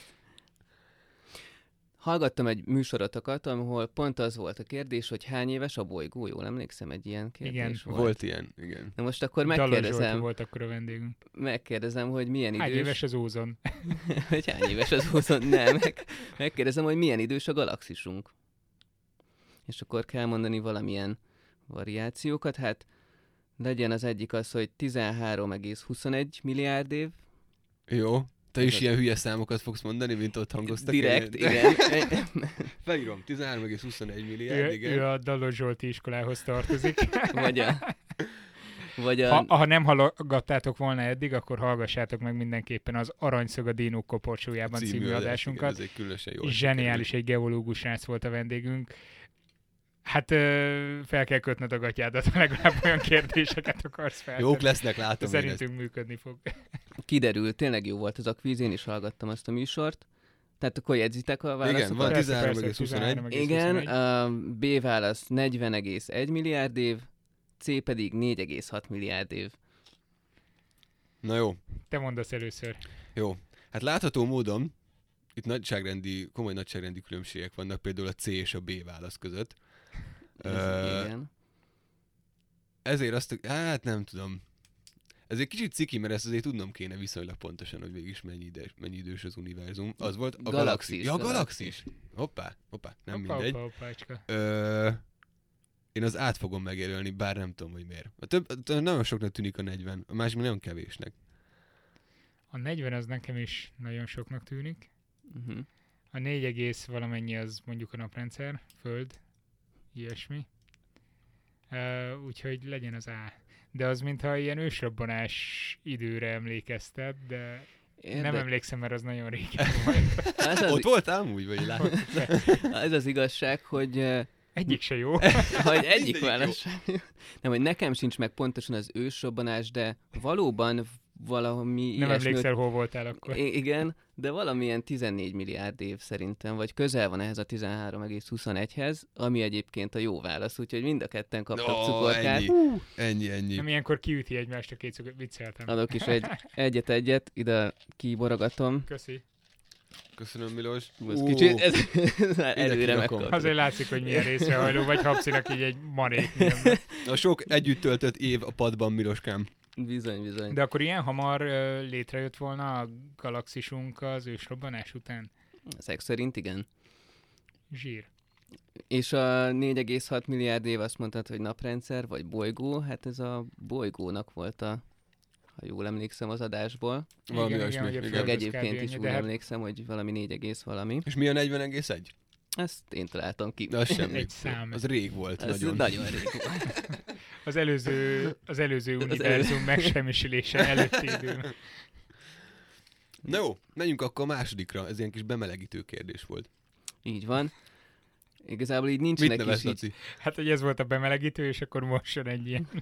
Hallgattam egy műsorotokat, ahol pont az volt a kérdés, hogy hány éves a bolygó. Jól emlékszem, egy ilyen kérdés volt ilyen, igen. Na most akkor megkérdezem. volt akkor a vendégünk. Megkérdezem, hogy milyen idős... Hány éves az ózon? Hogy hány éves az ózon? Nem. Megkérdezem, hogy milyen idős a galaxisunk. És akkor kell mondani valamilyen variációkat. Hát legyen az egyik az, hogy 13,21 milliárd év. Jó. Te is ilyen hülye számokat fogsz mondani, mint ott hangoztak. Direkt, igen. Felírom, 13,21 milliárd, igen. Ő a Dallos Zsolti iskolához tartozik. Ha nem hallgattátok volna eddig, akkor hallgassátok meg mindenképpen az Aranyszög a Dinók koporsójában című adásunkat. Ez egy különösen jó. Zseniális, egy geológus srác volt a vendégünk. Hát fel kell kötnöd a gatyádat, legalább olyan kérdéseket akarsz feltenni. Jók lesznek, látom. Szerintünk működni fog. Kiderült, tényleg jó volt ez a kvíz, én is hallgattam azt a műsort. Tehát akkor jegyzitek a válaszokat? Igen, van 13,21. Igen, a B válasz 40,1 milliárd év, C pedig 4,6 milliárd év. Na jó. Te mondasz először. Jó. Hát látható módon itt komoly nagyságrendi különbségek vannak például a C és a B válasz között. Igen. Ezért hát nem tudom. Ez egy kicsit ciki, mert ezt azért tudnom kéne viszonylag pontosan, hogy végig mennyi idős az univerzum. Az volt a galaxis. Ja, a galaxis. Hoppá, nem mindegy. Én az át fogom megjelölni, bár nem tudom, hogy miért. Nagyon soknak tűnik a 40, a másik nagyon kevésnek. A 40 az nekem is nagyon soknak tűnik. A 4, valamennyi az mondjuk a naprendszer, Föld, ilyesmi. Úgyhogy legyen az A. De az mintha ilyen ősrobbanás időre emlékeztet, de nem emlékszem, mert az nagyon régen volt. Ott voltál amúgy, vagy látod? Ez az igazság, hogy... Egyik se jó. Hogy egyik válasz sem jó. Nem, hogy nekem sincs meg pontosan az ősrobbanás, de valóban valami nem emlékszel, hol voltál akkor. Igen, de valamilyen 14 milliárd év szerintem, vagy közel van ehhez a 13,21-hez, ami egyébként a jó válasz, úgyhogy mind a ketten kaptak cukorkát. Ennyi. Nem ilyenkor kiüti egymást a két cukor, vicceltem. Adok is egyet, ide kiborogatom. Köszi. Köszönöm, Milos. Kicsit, ez előre megkaptam. Azért látszik, hogy milyen részrehajló vagy, Habszinak így egy marék. A sok együtt töltött év a padban, Miloskám. Bizony. De akkor ilyen hamar létrejött volna a galaxisunk az ősrobbanás után? Ezek szerint igen. Zsír. És a 4,6 milliárd év azt mondtad, hogy naprendszer, vagy bolygó, hát ez a bolygónak volt ha jól emlékszem az adásból. Valami olyasmi. Meg egyébként is úgy emlékszem, hogy valami 4, valami. És mi a 40,1? Ezt én találtam ki. Az semmi. Egy szám. Az rég volt. Ez nagyon rég volt. Az előző univerzum megsemmisülése előtti időn. Na jó, menjünk akkor a másodikra. Ez ilyen kis bemelegítő kérdés volt. Így van. Igazából így nincsenek mit nevezd, Laci? Hát, hogy ez volt a bemelegítő, és akkor most jön egy ilyen.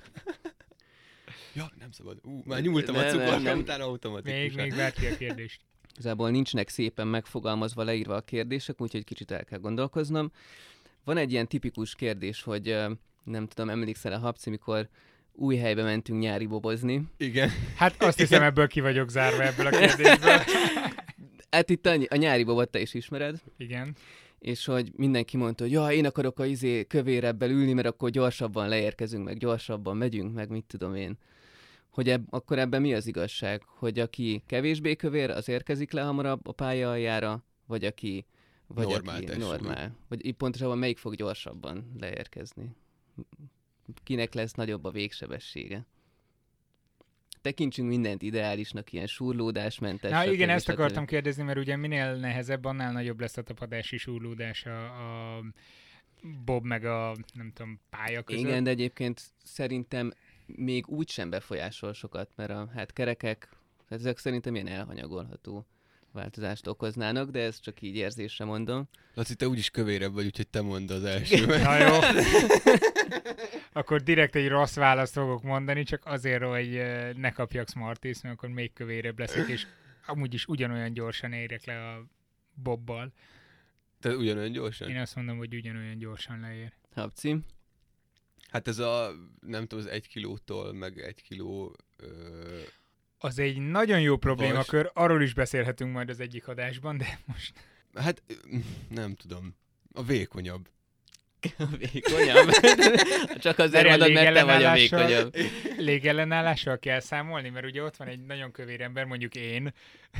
Ja, nem szabad. Már nyúltam a cukorra, utána automatikusan. Még várt ki a kérdést. Igazából nincsenek szépen megfogalmazva, leírva a kérdések, úgyhogy kicsit el kell gondolkoznom. Van egy ilyen tipikus kérdés, hogy nem tudom, emlékszel a Habci, mikor új helybe mentünk nyári bobozni. Igen. Hát azt hiszem, ebből ki vagyok zárva ebből a kérdésből. Hát itt a nyári bobot te is ismered. Igen. és hogy mindenki mondta, hogy ja, én akarok a kövérebbel ülni, mert akkor gyorsabban leérkezünk, meg gyorsabban megyünk, meg mit tudom én. Hogy akkor ebben mi az igazság? Hogy aki kevésbé kövér, az érkezik le hamarabb a pálya aljára, vagy aki normál. Vagy pontosabban melyik fog gyorsabban leérkezni? Kinek lesz nagyobb a végsebessége? Tekintsünk mindent ideálisnak, ilyen súrlódásmentes. Na igen, ezt akartam kérdezni, mert ugye minél nehezebb, annál nagyobb lesz a tapadási súrlódás a bob meg a, nem tudom, pálya között. Igen, de egyébként szerintem még úgy sem befolyásol sokat, mert a kerekek, ezek szerintem ilyen elhanyagolható változást okoznának, de ezt csak így érzésre mondom. Laci, te úgyis kövérebb vagy, úgyhogy te mondd az első. Na jó. Akkor direkt egy rossz választ fogok mondani, csak azért, hogy ne kapjak Smarties, mert akkor még kövérebb leszek, és amúgy is ugyanolyan gyorsan érek le a bobbal. Te ugyanolyan gyorsan? Én azt mondom, hogy ugyanolyan gyorsan leér. Habci? Hát ez a, nem tudom, az 1 kilótól, meg 1 kiló... Az egy nagyon jó problémakör, arról is beszélhetünk majd az egyik adásban, de most... Hát, nem tudom. A vékonyabb. A vékonyabb? Csak azért mondod, mert te vagy a vékonyabb. Légellenállással kell számolni, mert ugye ott van egy nagyon kövér ember, mondjuk én.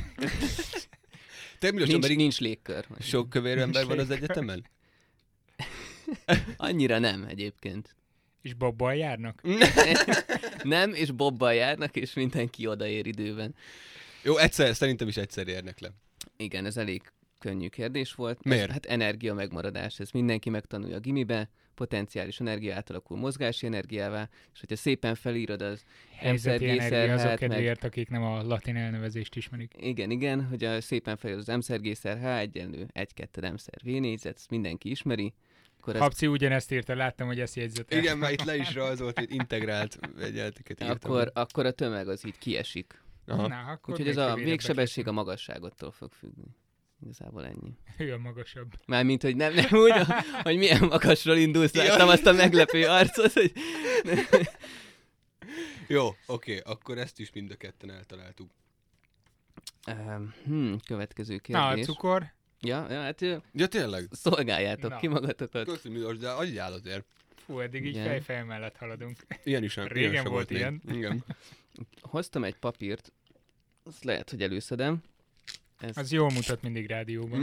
Nincs légkör. Sok kövér ember van az egyetemen? Annyira nem egyébként. És bobbal járnak? Nem, és bobbal járnak, és mindenki odaér időben. Jó, szerintem is egyszer érnek le. Igen, ez elég könnyű kérdés volt. Miért? Hát energia megmaradás, ez mindenki megtanulja a gimibe, potenciális energia átalakul mozgási energiává, és hogyha szépen felírod az helyzeti energia azok kedvéért, akik nem a latin elnevezést ismerik. Igen, hogy szépen felírod az M-szer H egyenlő 1-2 M-szer V négyzet, ezt mindenki ismeri. Habci ugyanezt írta, láttam, hogy ezt jegyzett el. Igen, már itt le is rajzolt, hogy integrált egyenleteket írtam. Akkor a tömeg az így kiesik. Úgyhogy ez a végsebesség a magasságottól fog függni. Igazából ennyi. Ő a magasabb. Mármint, hogy nem úgy, hogy milyen magasról indulsz, láttam azt a meglepő arcot, hogy... Jó, oké, akkor ezt is mind a ketten eltaláltuk. Következő kérdés. Na, a cukor? Ja, hát... Ja, tényleg? Szolgáljátok ki magatokat. Köszönöm, Milos, de adjál azért. Fú, eddig így fej mellett haladunk. Ilyen is Régen volt ilyen. Igen. Hoztam egy papírt, azt lehet, hogy előszedem. Az jól mutat mindig rádióban.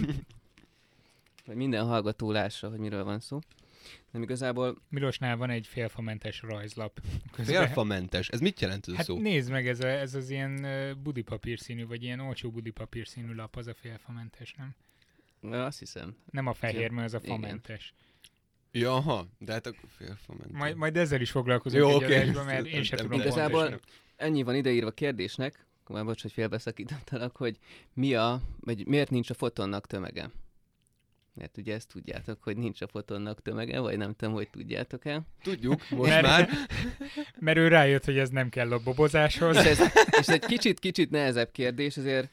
Hogy minden hallgató lássa, hogy miről van szó. Nem igazából... Milosnál van egy félfamentes rajzlap. Félfamentes? Ez mit jelent ez a szó? Hát nézd meg, ez az ilyen budipapír színű, vagy ilyen olcsó budipapír színű lap, az a félfamentes, nem? Azt hiszem. Nem a fehér, mert az a famentes. Ja, aha, de hát akkor félfamentes. Majd ezzel is foglalkozunk egy adásban, mert én sem tudom igazából pontosan. Ennyi van ideírva kérdésnek, már bocs, hogy félbeszakítottalak, hogy miért nincs a fotonnak tömege? Mert ugye ezt tudjátok, hogy nincs a fotonnak tömege, vagy nem tudom, hogy tudjátok-e? Tudjuk, most már. Mert ő rájött, hogy ez nem kell a bobozáshoz. És egy kicsit nehezebb kérdés, ezért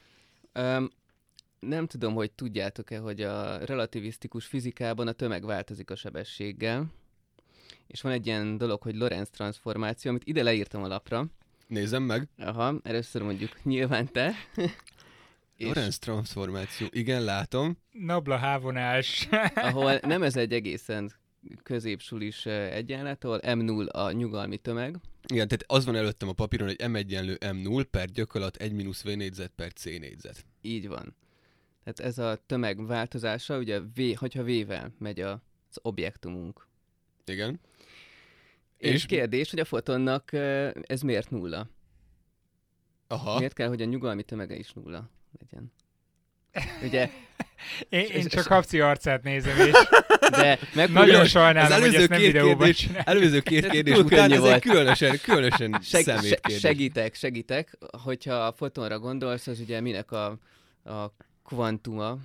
nem tudom, hogy tudjátok-e, hogy a relativisztikus fizikában a tömeg változik a sebességgel, és van egy ilyen dolog, hogy Lorentz transformáció, amit ide leírtam a lapra. Nézzem meg. Aha, először mondjuk nyilván te. Lorentz transformáció, igen, látom. Nabla hávonás. Ahol nem ez egy egészen középsulis egyenlet, ahol M0 a nyugalmi tömeg. Igen, tehát az van előttem a papíron, hogy M egyenlő M0 per gyökölat 1 - V négyzet per C négyzet. Így van. Tehát ez a tömeg változása, ugye hogyha V-vel megy az objektumunk. Igen. És kérdés, hogy a fotonnak ez miért nulla? Aha. Miért kell, hogy a nyugalmi tömege is nulla legyen? Ugye... Én csak Habci arcát nézem, és nagyon sajnálom, hogy ezt nem videóban csinálom. Előző két kérdés után ez egy különösen szemét kérdés. Segítek, hogyha a fotonra gondolsz, az ugye minek a kvantuma.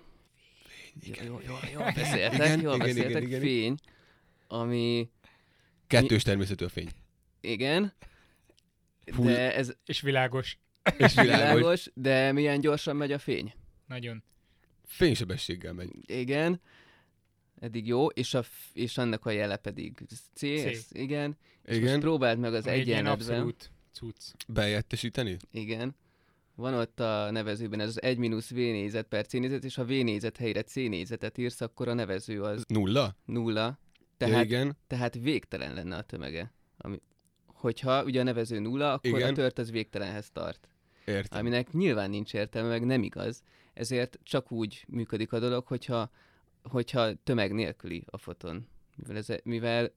Jól beszéltek, fény, ami... Kettős természetű a fény. Igen. De ez... És világos. És világos. De milyen gyorsan megy a fény? Nagyon. Fénysebességgel megy. Igen. Eddig jó, és annak a jele pedig C. Igen. És most próbáld meg az egyenletben. Abszolút cucc. Bejelentesíteni? Igen. Van ott a nevezőben ez az 1 - V négyzet per C négyzet, és ha V négyzet helyre C négyzetet írsz, akkor a nevező az... Nulla. Tehát végtelen lenne a tömege. Hogyha ugye a nevező nulla, akkor igen. A tört az végtelenhez tart. Értem. Aminek nyilván nincs értelme, meg nem igaz. Ezért csak úgy működik a dolog, hogyha tömeg nélküli a foton. Mivel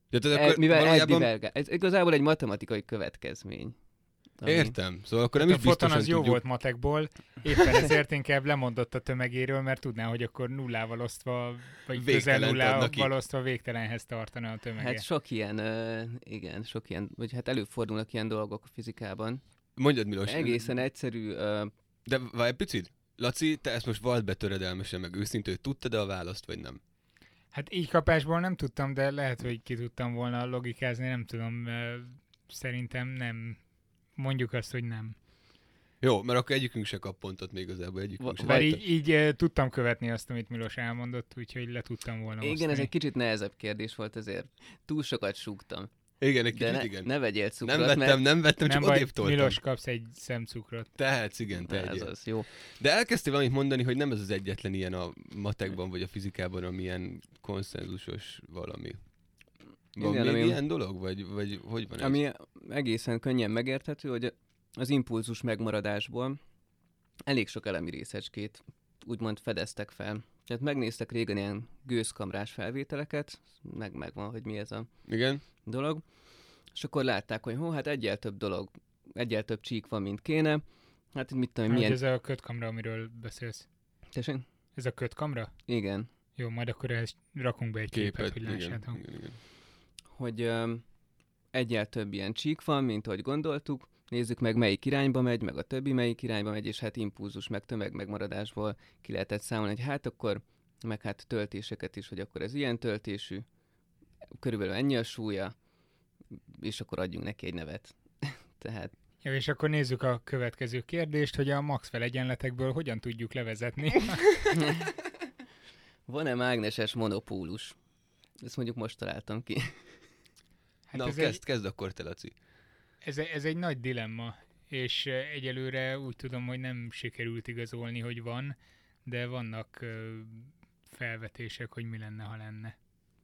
ez igazából egy matematikai következmény. Értem. Szóval akkor nem is biztosan foton az jó tudjuk. volt matekból, éppen ezért inkább lemondott a tömegéről, mert tudná, hogy akkor nullával osztva, vagy közel nullával osztva végtelenhez tartana a tömege. Hát sok ilyen, vagy hát előfordulnak ilyen dolgok a fizikában. Mondjad, Milos. Egészen egyszerű. De várj egy picit. Laci, te ezt most vald be töredelmesen, meg őszintén, hogy tudtad-e a választ, vagy nem? Hát így kapásból nem tudtam, de lehet, hogy ki tudtam volna logikázni, nem tudom. Szerintem nem. Mondjuk azt, hogy nem. Jó, mert akkor egyikünk se kap pontot még igazából. Bár így tudtam követni azt, amit Milos elmondott, úgyhogy le tudtam volna igen, osztani. Ez egy kicsit nehezebb kérdés volt, ezért túl sokat súgtam. Igen, egy kicsit igen. Ne vegyél cukrot, nem vettem, csak odébb toltam. Milos, kapsz egy szemcukrot. Tehetsz, igen, te ez az, jó. De elkezdtél valamit mondani, hogy nem ez az egyetlen ilyen a matekban vagy a fizikában, amilyen konszenzusos valami. Van igen, még ilyen dolog? Vagy hogy van ez? Ami egészen könnyen megérthető, hogy az impulzus megmaradásból elég sok elemi részecskét úgymond fedeztek fel. Tehát megnéztek régen ilyen gőzkamrás felvételeket, megvan, hogy mi ez a dolog, és akkor látták, hogy hát egyel több csík van, mint kéne. Hát mit tudom, milyen... Ez a kötkamra, amiről beszélsz. Tessék? Ez a kötkamra? Igen. Jó, majd akkor ezt rakunk be egy képet, hogy lássátok. Igen. Hogy egyel több ilyen csík van, mint ahogy gondoltuk. Nézzük meg, melyik irányba megy, meg a többi melyik irányba megy, és hát impulzus, meg tömeg megmaradásból ki lehetett számolni, hogy hát akkor, meg hát töltéseket is, hogy akkor ez ilyen töltésű, körülbelül ennyi a súlya, és akkor adjunk neki egy nevet. Tehát... Jó, és akkor nézzük a következő kérdést, hogy a Maxwell egyenletekből hogyan tudjuk levezetni. Van-e mágneses monopólus? Ezt mondjuk most találtam ki. Hát na, kezd akkor te, Laci. Ez egy nagy dilemma, és egyelőre úgy tudom, hogy nem sikerült igazolni, hogy van, de vannak felvetések, hogy mi lenne, ha lenne.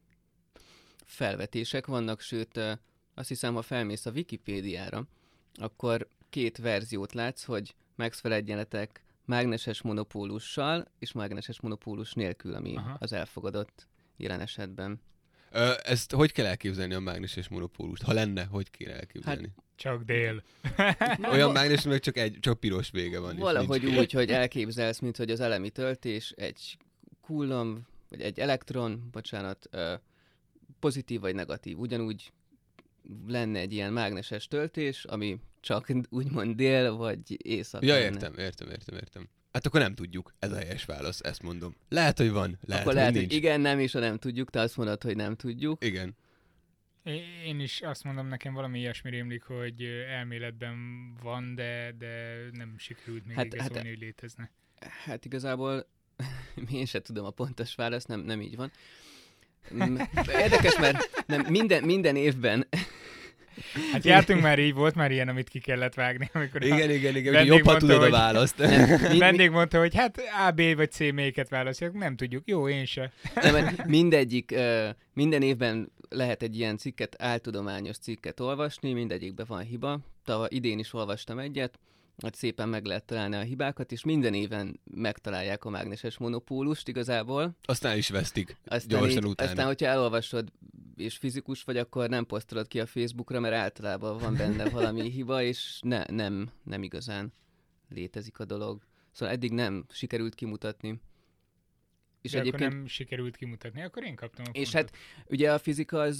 Felvetések vannak, sőt, azt hiszem, ha felmész a Wikipédiára, akkor 2 verziót látsz, hogy Maxwell egyenletek mágneses monopólussal és mágneses monopólus nélkül, ami az elfogadott jelen esetben. Ezt hogy kell elképzelni a mágneses monopólust? Ha lenne, hogy kéne elképzelni? Hát, csak dél. Olyan mágnes, meg csak piros vége van. Valahogy úgy, hogy elképzelsz, mint hogy az elemi töltés egy kullom, vagy egy elektron, pozitív vagy negatív. Ugyanúgy lenne egy ilyen mágneses töltés, ami csak úgymond dél vagy észak. Ja, értem. Hát akkor nem tudjuk. Ez a helyes válasz, ezt mondom. Lehet, hogy van, akkor lehet, hogy nincs. Igen, nem, és ha nem tudjuk, te azt mondod, hogy nem tudjuk. Igen. Én is azt mondom, nekem valami ilyesmi rémlik, hogy elméletben van, de nem sikerült még igazolni, hogy létezne. Hát igazából én sem tudom a pontos választ, nem így van. Érdekes, mert minden évben... Hát jártunk már így, volt már ilyen, amit ki kellett vágni, amikor igen, jobban tudod a választ. Vendég mondta, hogy hát A, B vagy C melyiket választják, nem tudjuk, jó, én se. Nem, minden évben lehet egy ilyen cikket, áltudományos cikket olvasni, mindegyikben van hiba. Idén is olvastam egyet, hogy szépen meg lehet találni a hibákat, és minden éven megtalálják a mágneses monopólust igazából. Aztán is vesztik gyorsan utána. Aztán, hogyha elolvasod, és fizikus vagy, akkor nem posztolod ki a Facebookra, mert általában van benne valami hiba, és nem igazán létezik a dolog. Szóval eddig nem sikerült kimutatni. És akkor nem sikerült kimutatni, akkor én kaptam a pontot. És hát ugye a fizika az...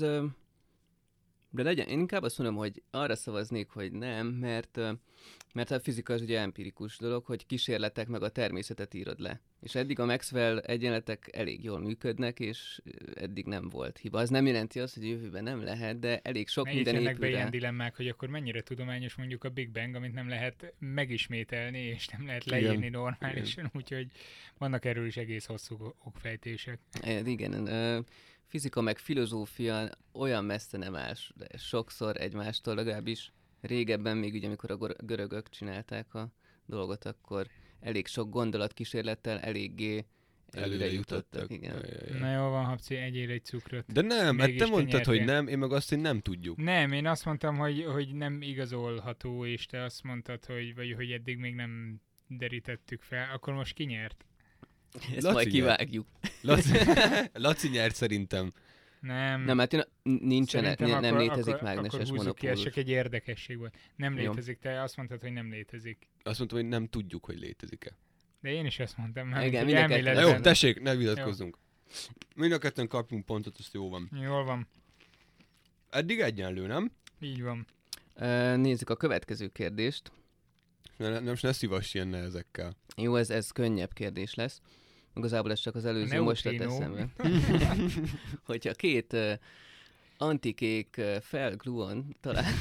De legyen, én inkább azt mondom, hogy arra szavaznék, hogy nem, mert a fizika az ugye empirikus dolog, hogy kísérletek meg a természetet írod le. És eddig a Maxwell egyenletek elég jól működnek, és eddig nem volt hiba. Az nem jelenti azt, hogy jövőben nem lehet, de elég sok minden épül be ilyen dilemmák, hogy akkor mennyire tudományos mondjuk a Big Bang, amit nem lehet megismételni, és nem lehet leírni normálisan, úgyhogy vannak erről is egész hosszú okfejtések. Igen, fizika meg filozófia olyan messze nem áll, sokszor egymástól, legalábbis régebben még ugye, amikor a görögök csinálták a dolgot, akkor elég sok gondolatkísérlettel eléggé előre jutottak. Igen. Na jó van, Habci, egyél egy cukrot. De nem, hát te mondtad, hogy nem, én meg azt, hogy nem tudjuk. Nem, én azt mondtam, hogy nem igazolható, és te azt mondtad, hogy eddig még nem derítettük fel. Akkor most ki nyert? Ezt Laci majd kivágjuk. Laci nyert szerintem. Nem, hát nincsen, nem létezik mágneses monopólus. Ez csak egy érdekesség volt. Nem létezik, te azt mondtad, hogy nem létezik. Azt mondtam, hogy nem tudjuk, hogy létezik-e. De én is ezt mondtam. Igen, jó, tessék, ne vitatkozzunk. Mind a ketten kapjunk pontot, azt jó van. Jól van. Eddig egyenlő, nem? Így van. Nézzük a következő kérdést. Most ne szívass ilyen ezekkel. Jó, ez könnyebb kérdés lesz. Igazából ez csak az előző most lett eszembe. Hogyha két antikék felgluon talán.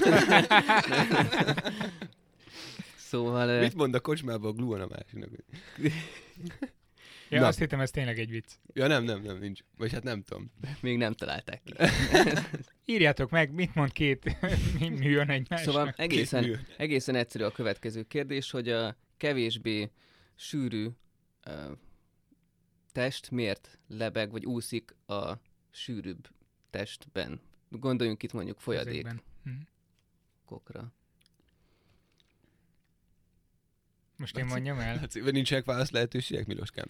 Szóval... Mit mond a kocsmában a gluon a másiknak? Ja, azt hittem, ez tényleg egy vicc. Ja, nem, nincs. Vagy hát nem tudom. Még nem találták ki. Írjátok meg, mit mond két műön egymásnak. Szóval egészen egyszerű a következő kérdés, hogy a kevésbé sűrű test miért lebeg, vagy úszik a sűrűbb testben. Gondoljunk itt mondjuk folyadékokra. Most én mondjam el? Hát, nincsenek válasz lehetőségek, Miloskám?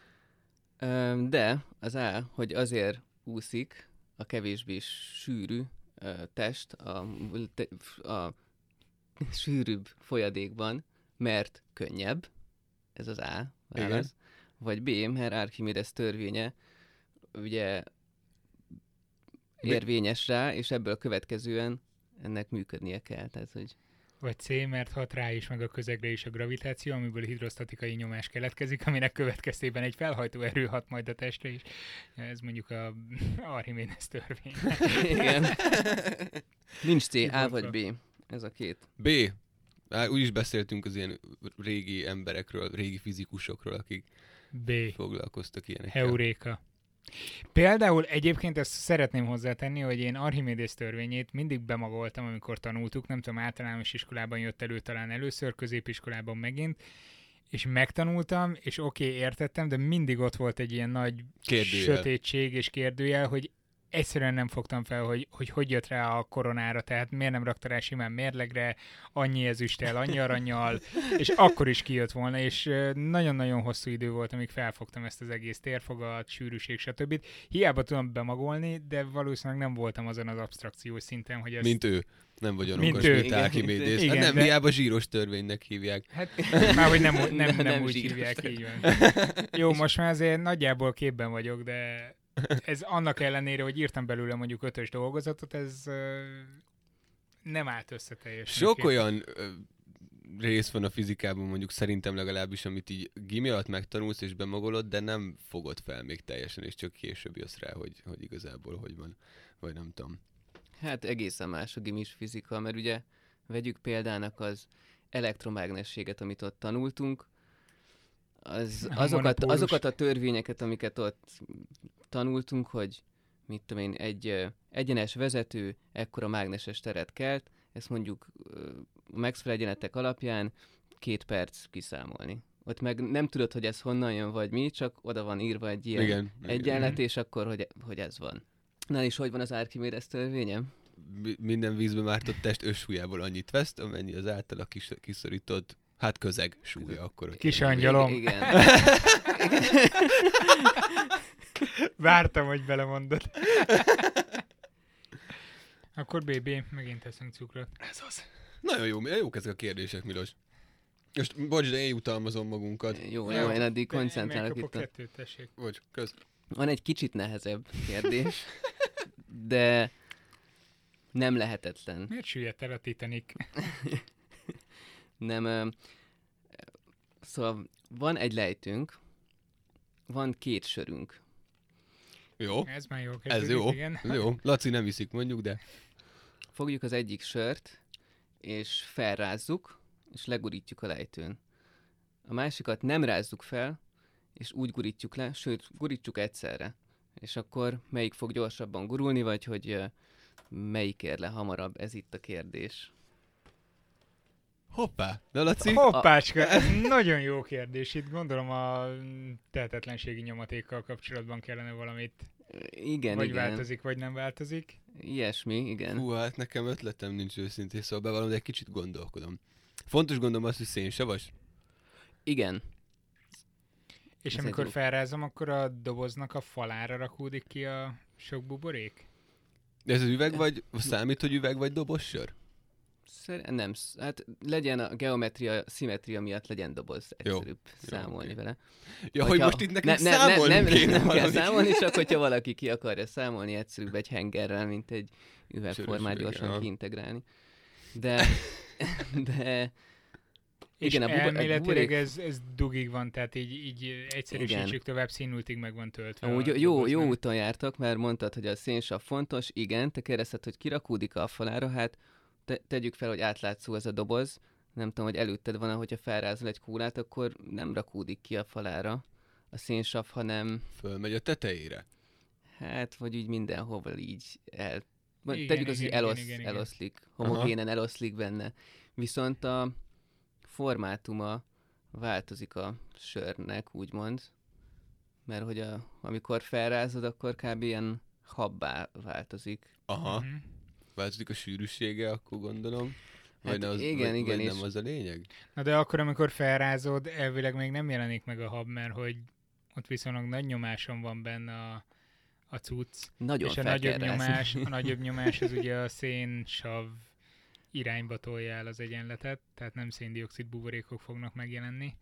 De az A, hogy azért úszik a kevésbé sűrű test a sűrűbb folyadékban, mert könnyebb. Ez az A válasz. Igen. Vagy B, mert Archimedes törvénye ugye érvényes rá, és ebből következően ennek működnie kell. Tehát, hogy... Vagy C, mert hat rá is, meg a közegre is a gravitáció, amiből hidrosztatikai nyomás keletkezik, aminek következtében egy felhajtó erő hat majd a testre is. Ez mondjuk a Archimedes törvény. Igen. Nincs C, A vagy B. Ez a két. B. Úgy is beszéltünk az ilyen régi emberekről, régi fizikusokról, akik foglalkoztak ilyenekkel. Heuréka. Például egyébként ezt szeretném hozzátenni, hogy én Archimedes törvényét mindig bemagoltam, amikor tanultuk, nem tudom, általános iskolában jött elő talán először, középiskolában megint, és megtanultam, és értettem, de mindig ott volt egy ilyen nagy sötétség és kérdőjel, hogy egyszerűen nem fogtam fel, hogy jött rá a koronára, tehát miért nem rakta rá simán mérlegre, annyi ezüsttel, annyi arannyal, és akkor is kijött volna, és nagyon-nagyon hosszú idő volt, amíg felfogtam ezt az egész térfogat, sűrűség, stb. Hiába tudom bemagolni, de valószínűleg nem voltam azon az absztrakciós szinten, hogy ezt... Mint ő. Nem vagy olyan okos, mint Archimedes. Hát nem, hiába zsíros törvénynek hívják. Hát már, hogy nem úgy hívják, így van. Jó, most már azért nagyjából képben vagyok, de... Ez annak ellenére, hogy írtam belőle mondjuk 5-ös dolgozatot, ez nem állt össze teljesen. Sok olyan rész van a fizikában, mondjuk szerintem legalábbis, amit így gimi alatt megtanulsz és bemagolod, de nem fogod fel még teljesen, és csak később jössz rá, hogy igazából hogy van, vagy nem tudom. Hát egészen más a gimis fizika, mert ugye vegyük példának az elektromágnességet, amit ott tanultunk, azokat a törvényeket, amiket ott tanultunk, hogy mit tudom én, egy egyenes vezető ekkora mágneses teret kelt, ezt mondjuk a Maxwell egyenetek alapján 2 perc kiszámolni. Ott meg nem tudod, hogy ez honnan jön, vagy mi, csak oda van írva egy ilyen egyenlet, és akkor, hogy ez van. Na és hogy van az Archimedes törvénye? Minden vízbe mártott test össúlyából annyit vesz, amennyi az általa kiszorított közeg súlya akkor. Kis angyalom. Igen. Vártam, hogy belemondod. Akkor BB, megint teszünk cukrot. Ez az. Nagyon jók ezek a kérdések, Milos. Most bocs, de én jutalmazom magunkat. Jó, én addig koncentrálok itt. Kettőt, tessék. Bocs, kösz. Van egy kicsit nehezebb kérdés, de nem lehetetlen. Miért süllyedt el a Titanic? Nem, szóval van egy lejtőnk, van 2 sörünk. Jó. Ez már jó. Ez jó. Igen. Ez jó. Laci nem iszik mondjuk, de... Fogjuk az egyik sört, és felrázzuk, és legurítjuk a lejtőn. A másikat nem rázzuk fel, és úgy gurítjuk le, sőt, gurítjuk egyszerre. És akkor melyik fog gyorsabban gurulni, vagy hogy melyik ér le hamarabb? Ez itt a kérdés. Hoppá! De Laci? Hoppácska, ez nagyon jó kérdés. Itt gondolom a tehetetlenségi nyomatékkal kapcsolatban kellene valamit. Igen, vagy változik, vagy nem változik. Ilyesmi, igen. Hú, hát nekem ötletem nincs őszintén, szóval bevallom, de egy kicsit gondolkodom. Fontos gondolom azt, hogy szénsavas? Igen. És ez amikor felrázom, akkor a doboznak a falára rakódik ki a sok buborék? De ez az üveg vagy, számít, hogy üveg vagy dobozsör? Nem, hát legyen a geometria, szimmetria miatt legyen doboz, egyszerűbb számolni vele. Ja, hogy most itt nekünk számolni kéne nem kell számolni, csak hogyha valaki ki akarja számolni, egyszerűbb egy hengerrel, mint egy üvegformát gyorsan kiintegrálni. De és igen, elméletileg ez dugig van, tehát így egyszerűsítsük tovább, színültig meg van töltve. Amúgy jó úton jártak, mert mondtad, hogy a szénsav fontos, igen, te kérdezted, hogy kirakódik a falára, hát tegyük fel, hogy átlátszó ez a doboz, nem tudom, hogy előtted van, hogyha felrázol egy kólát, akkor nem rakódik ki a falára a szénsav, hanem... Fölmegy a tetejére. Hát, vagy úgy mindenhova így tegyük az, hogy eloszlik, homogénen eloszlik benne. Viszont a formátuma változik a sörnek, úgymond, mert hogy amikor felrázod, akkor kb. Ilyen habbá változik. Aha. Változik a sűrűsége, akkor gondolom. Hát az, igen, vagy nem az a lényeg? Na de akkor, amikor felrázod, elvileg még nem jelenik meg a hab, mert hogy ott viszonylag nagy nyomáson van benne a cucc. Nagyon és a nagyobb nyomás az ugye a szénsav irányba tolja el az egyenletet, tehát nem széndioxid buborékok fognak megjelenni.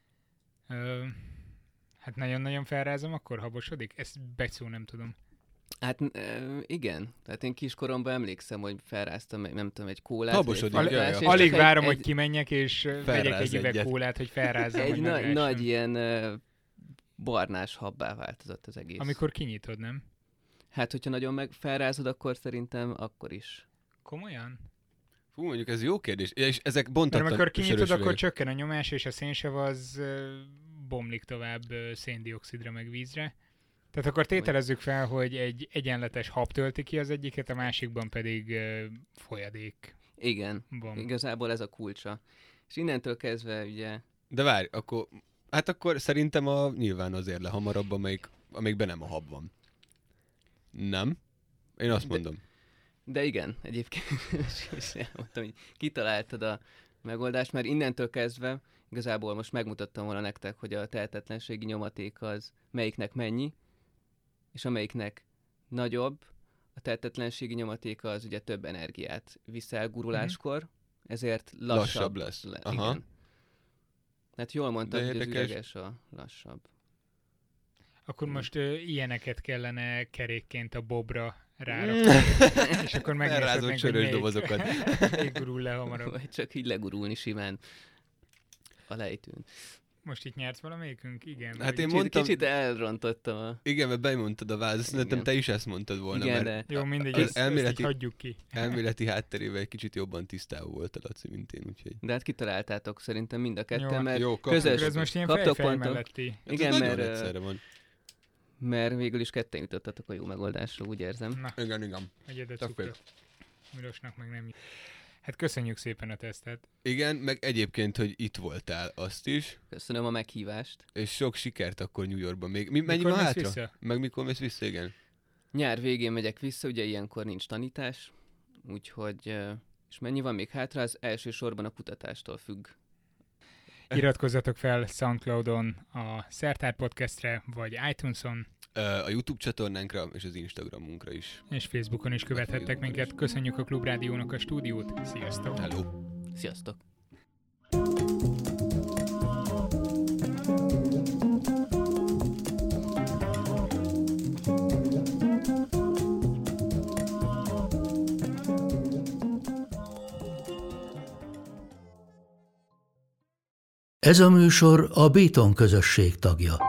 Hát nagyon-nagyon felrázom, akkor habosodik? Ezt becszó nem tudom. Hát igen, tehát én kiskoromban emlékszem, hogy felráztam, nem tudom, egy kólát. Habosodik, alig várom, hogy kimenjek, és vegyek egy üveg kólát, hogy felrázzam. Egy nagy ilyen barnás habbá változott az egész. Amikor kinyitod, nem? Hát, hogyha nagyon felrázod, akkor szerintem akkor is. Komolyan? Fú, mondjuk ez jó kérdés. És ezek bontatlan. Mert amikor kinyitod, akkor csökken a nyomás, és a szénsav az bomlik tovább széndioxidra meg vízre. Tehát akkor tételezzük fel, hogy egy egyenletes hab tölti ki az egyiket, a másikban pedig folyadék. Igen, igazából ez a kulcsa. És innentől kezdve ugye... De várj, akkor szerintem nyilván azért le hamarabb, amelyikben nem a hab van. Nem? Én azt mondom. De igen, egyébként is elmondtam, hogy kitaláltad a megoldást, mert innentől kezdve igazából most megmutattam volna nektek, hogy a tehetetlenségi nyomaték az melyiknek mennyi, és amelyiknek nagyobb, a tehetetlenségi nyomatéka az ugye több energiát viszel guruláskor, ezért lassabb lesz. Igen. Hát jól mondtad, hogy az üreges a lassabb. Akkor most ilyeneket kellene kerékként a bobra rárakni, és akkor megnézed meg, hogy melyik gurul le hamarabb. Vagy csak így legurulni simán a lejtőn. Most itt nyert valamelyikünk? Igen. Hát én mondtam... Kicsit elrontottam Igen, mert bemondtad a választ, szerintem te is ezt mondtad volna. Igen, mert jó, mindegy, ezt hagyjuk ki. Elméleti hátterével egy kicsit jobban tisztában volt a Laci, mint én, úgyhogy... De hát kitaláltátok szerintem mind a ketten, jó, mert jó, közös ez most ilyen kaptok melletti. Igen, mert végül is ketten jutottatok a jó megoldásra, úgy érzem. Na, igen. Egyedet cukrot. Milosnak meg nem. Hát köszönjük szépen a tesztet. Igen, meg egyébként, hogy itt voltál, azt is. Köszönöm a meghívást. És sok sikert akkor New Yorkban még. Mennyi van hátra? Vissza? Meg mikor mész vissza, igen? Nyár végén megyek vissza, ugye ilyenkor nincs tanítás, úgyhogy, és mennyi van még hátra, az elsősorban a kutatástól függ. Iratkozzatok fel Soundcloudon a Szertár Podcastre, vagy iTunes-on. A YouTube csatornánkra és az Instagramunkra is. És Facebookon is követhettek minket. Köszönjük a Klubrádiónak a stúdiót. Sziasztok! Hello! Sziasztok! Ez a műsor a Béton közösség tagja.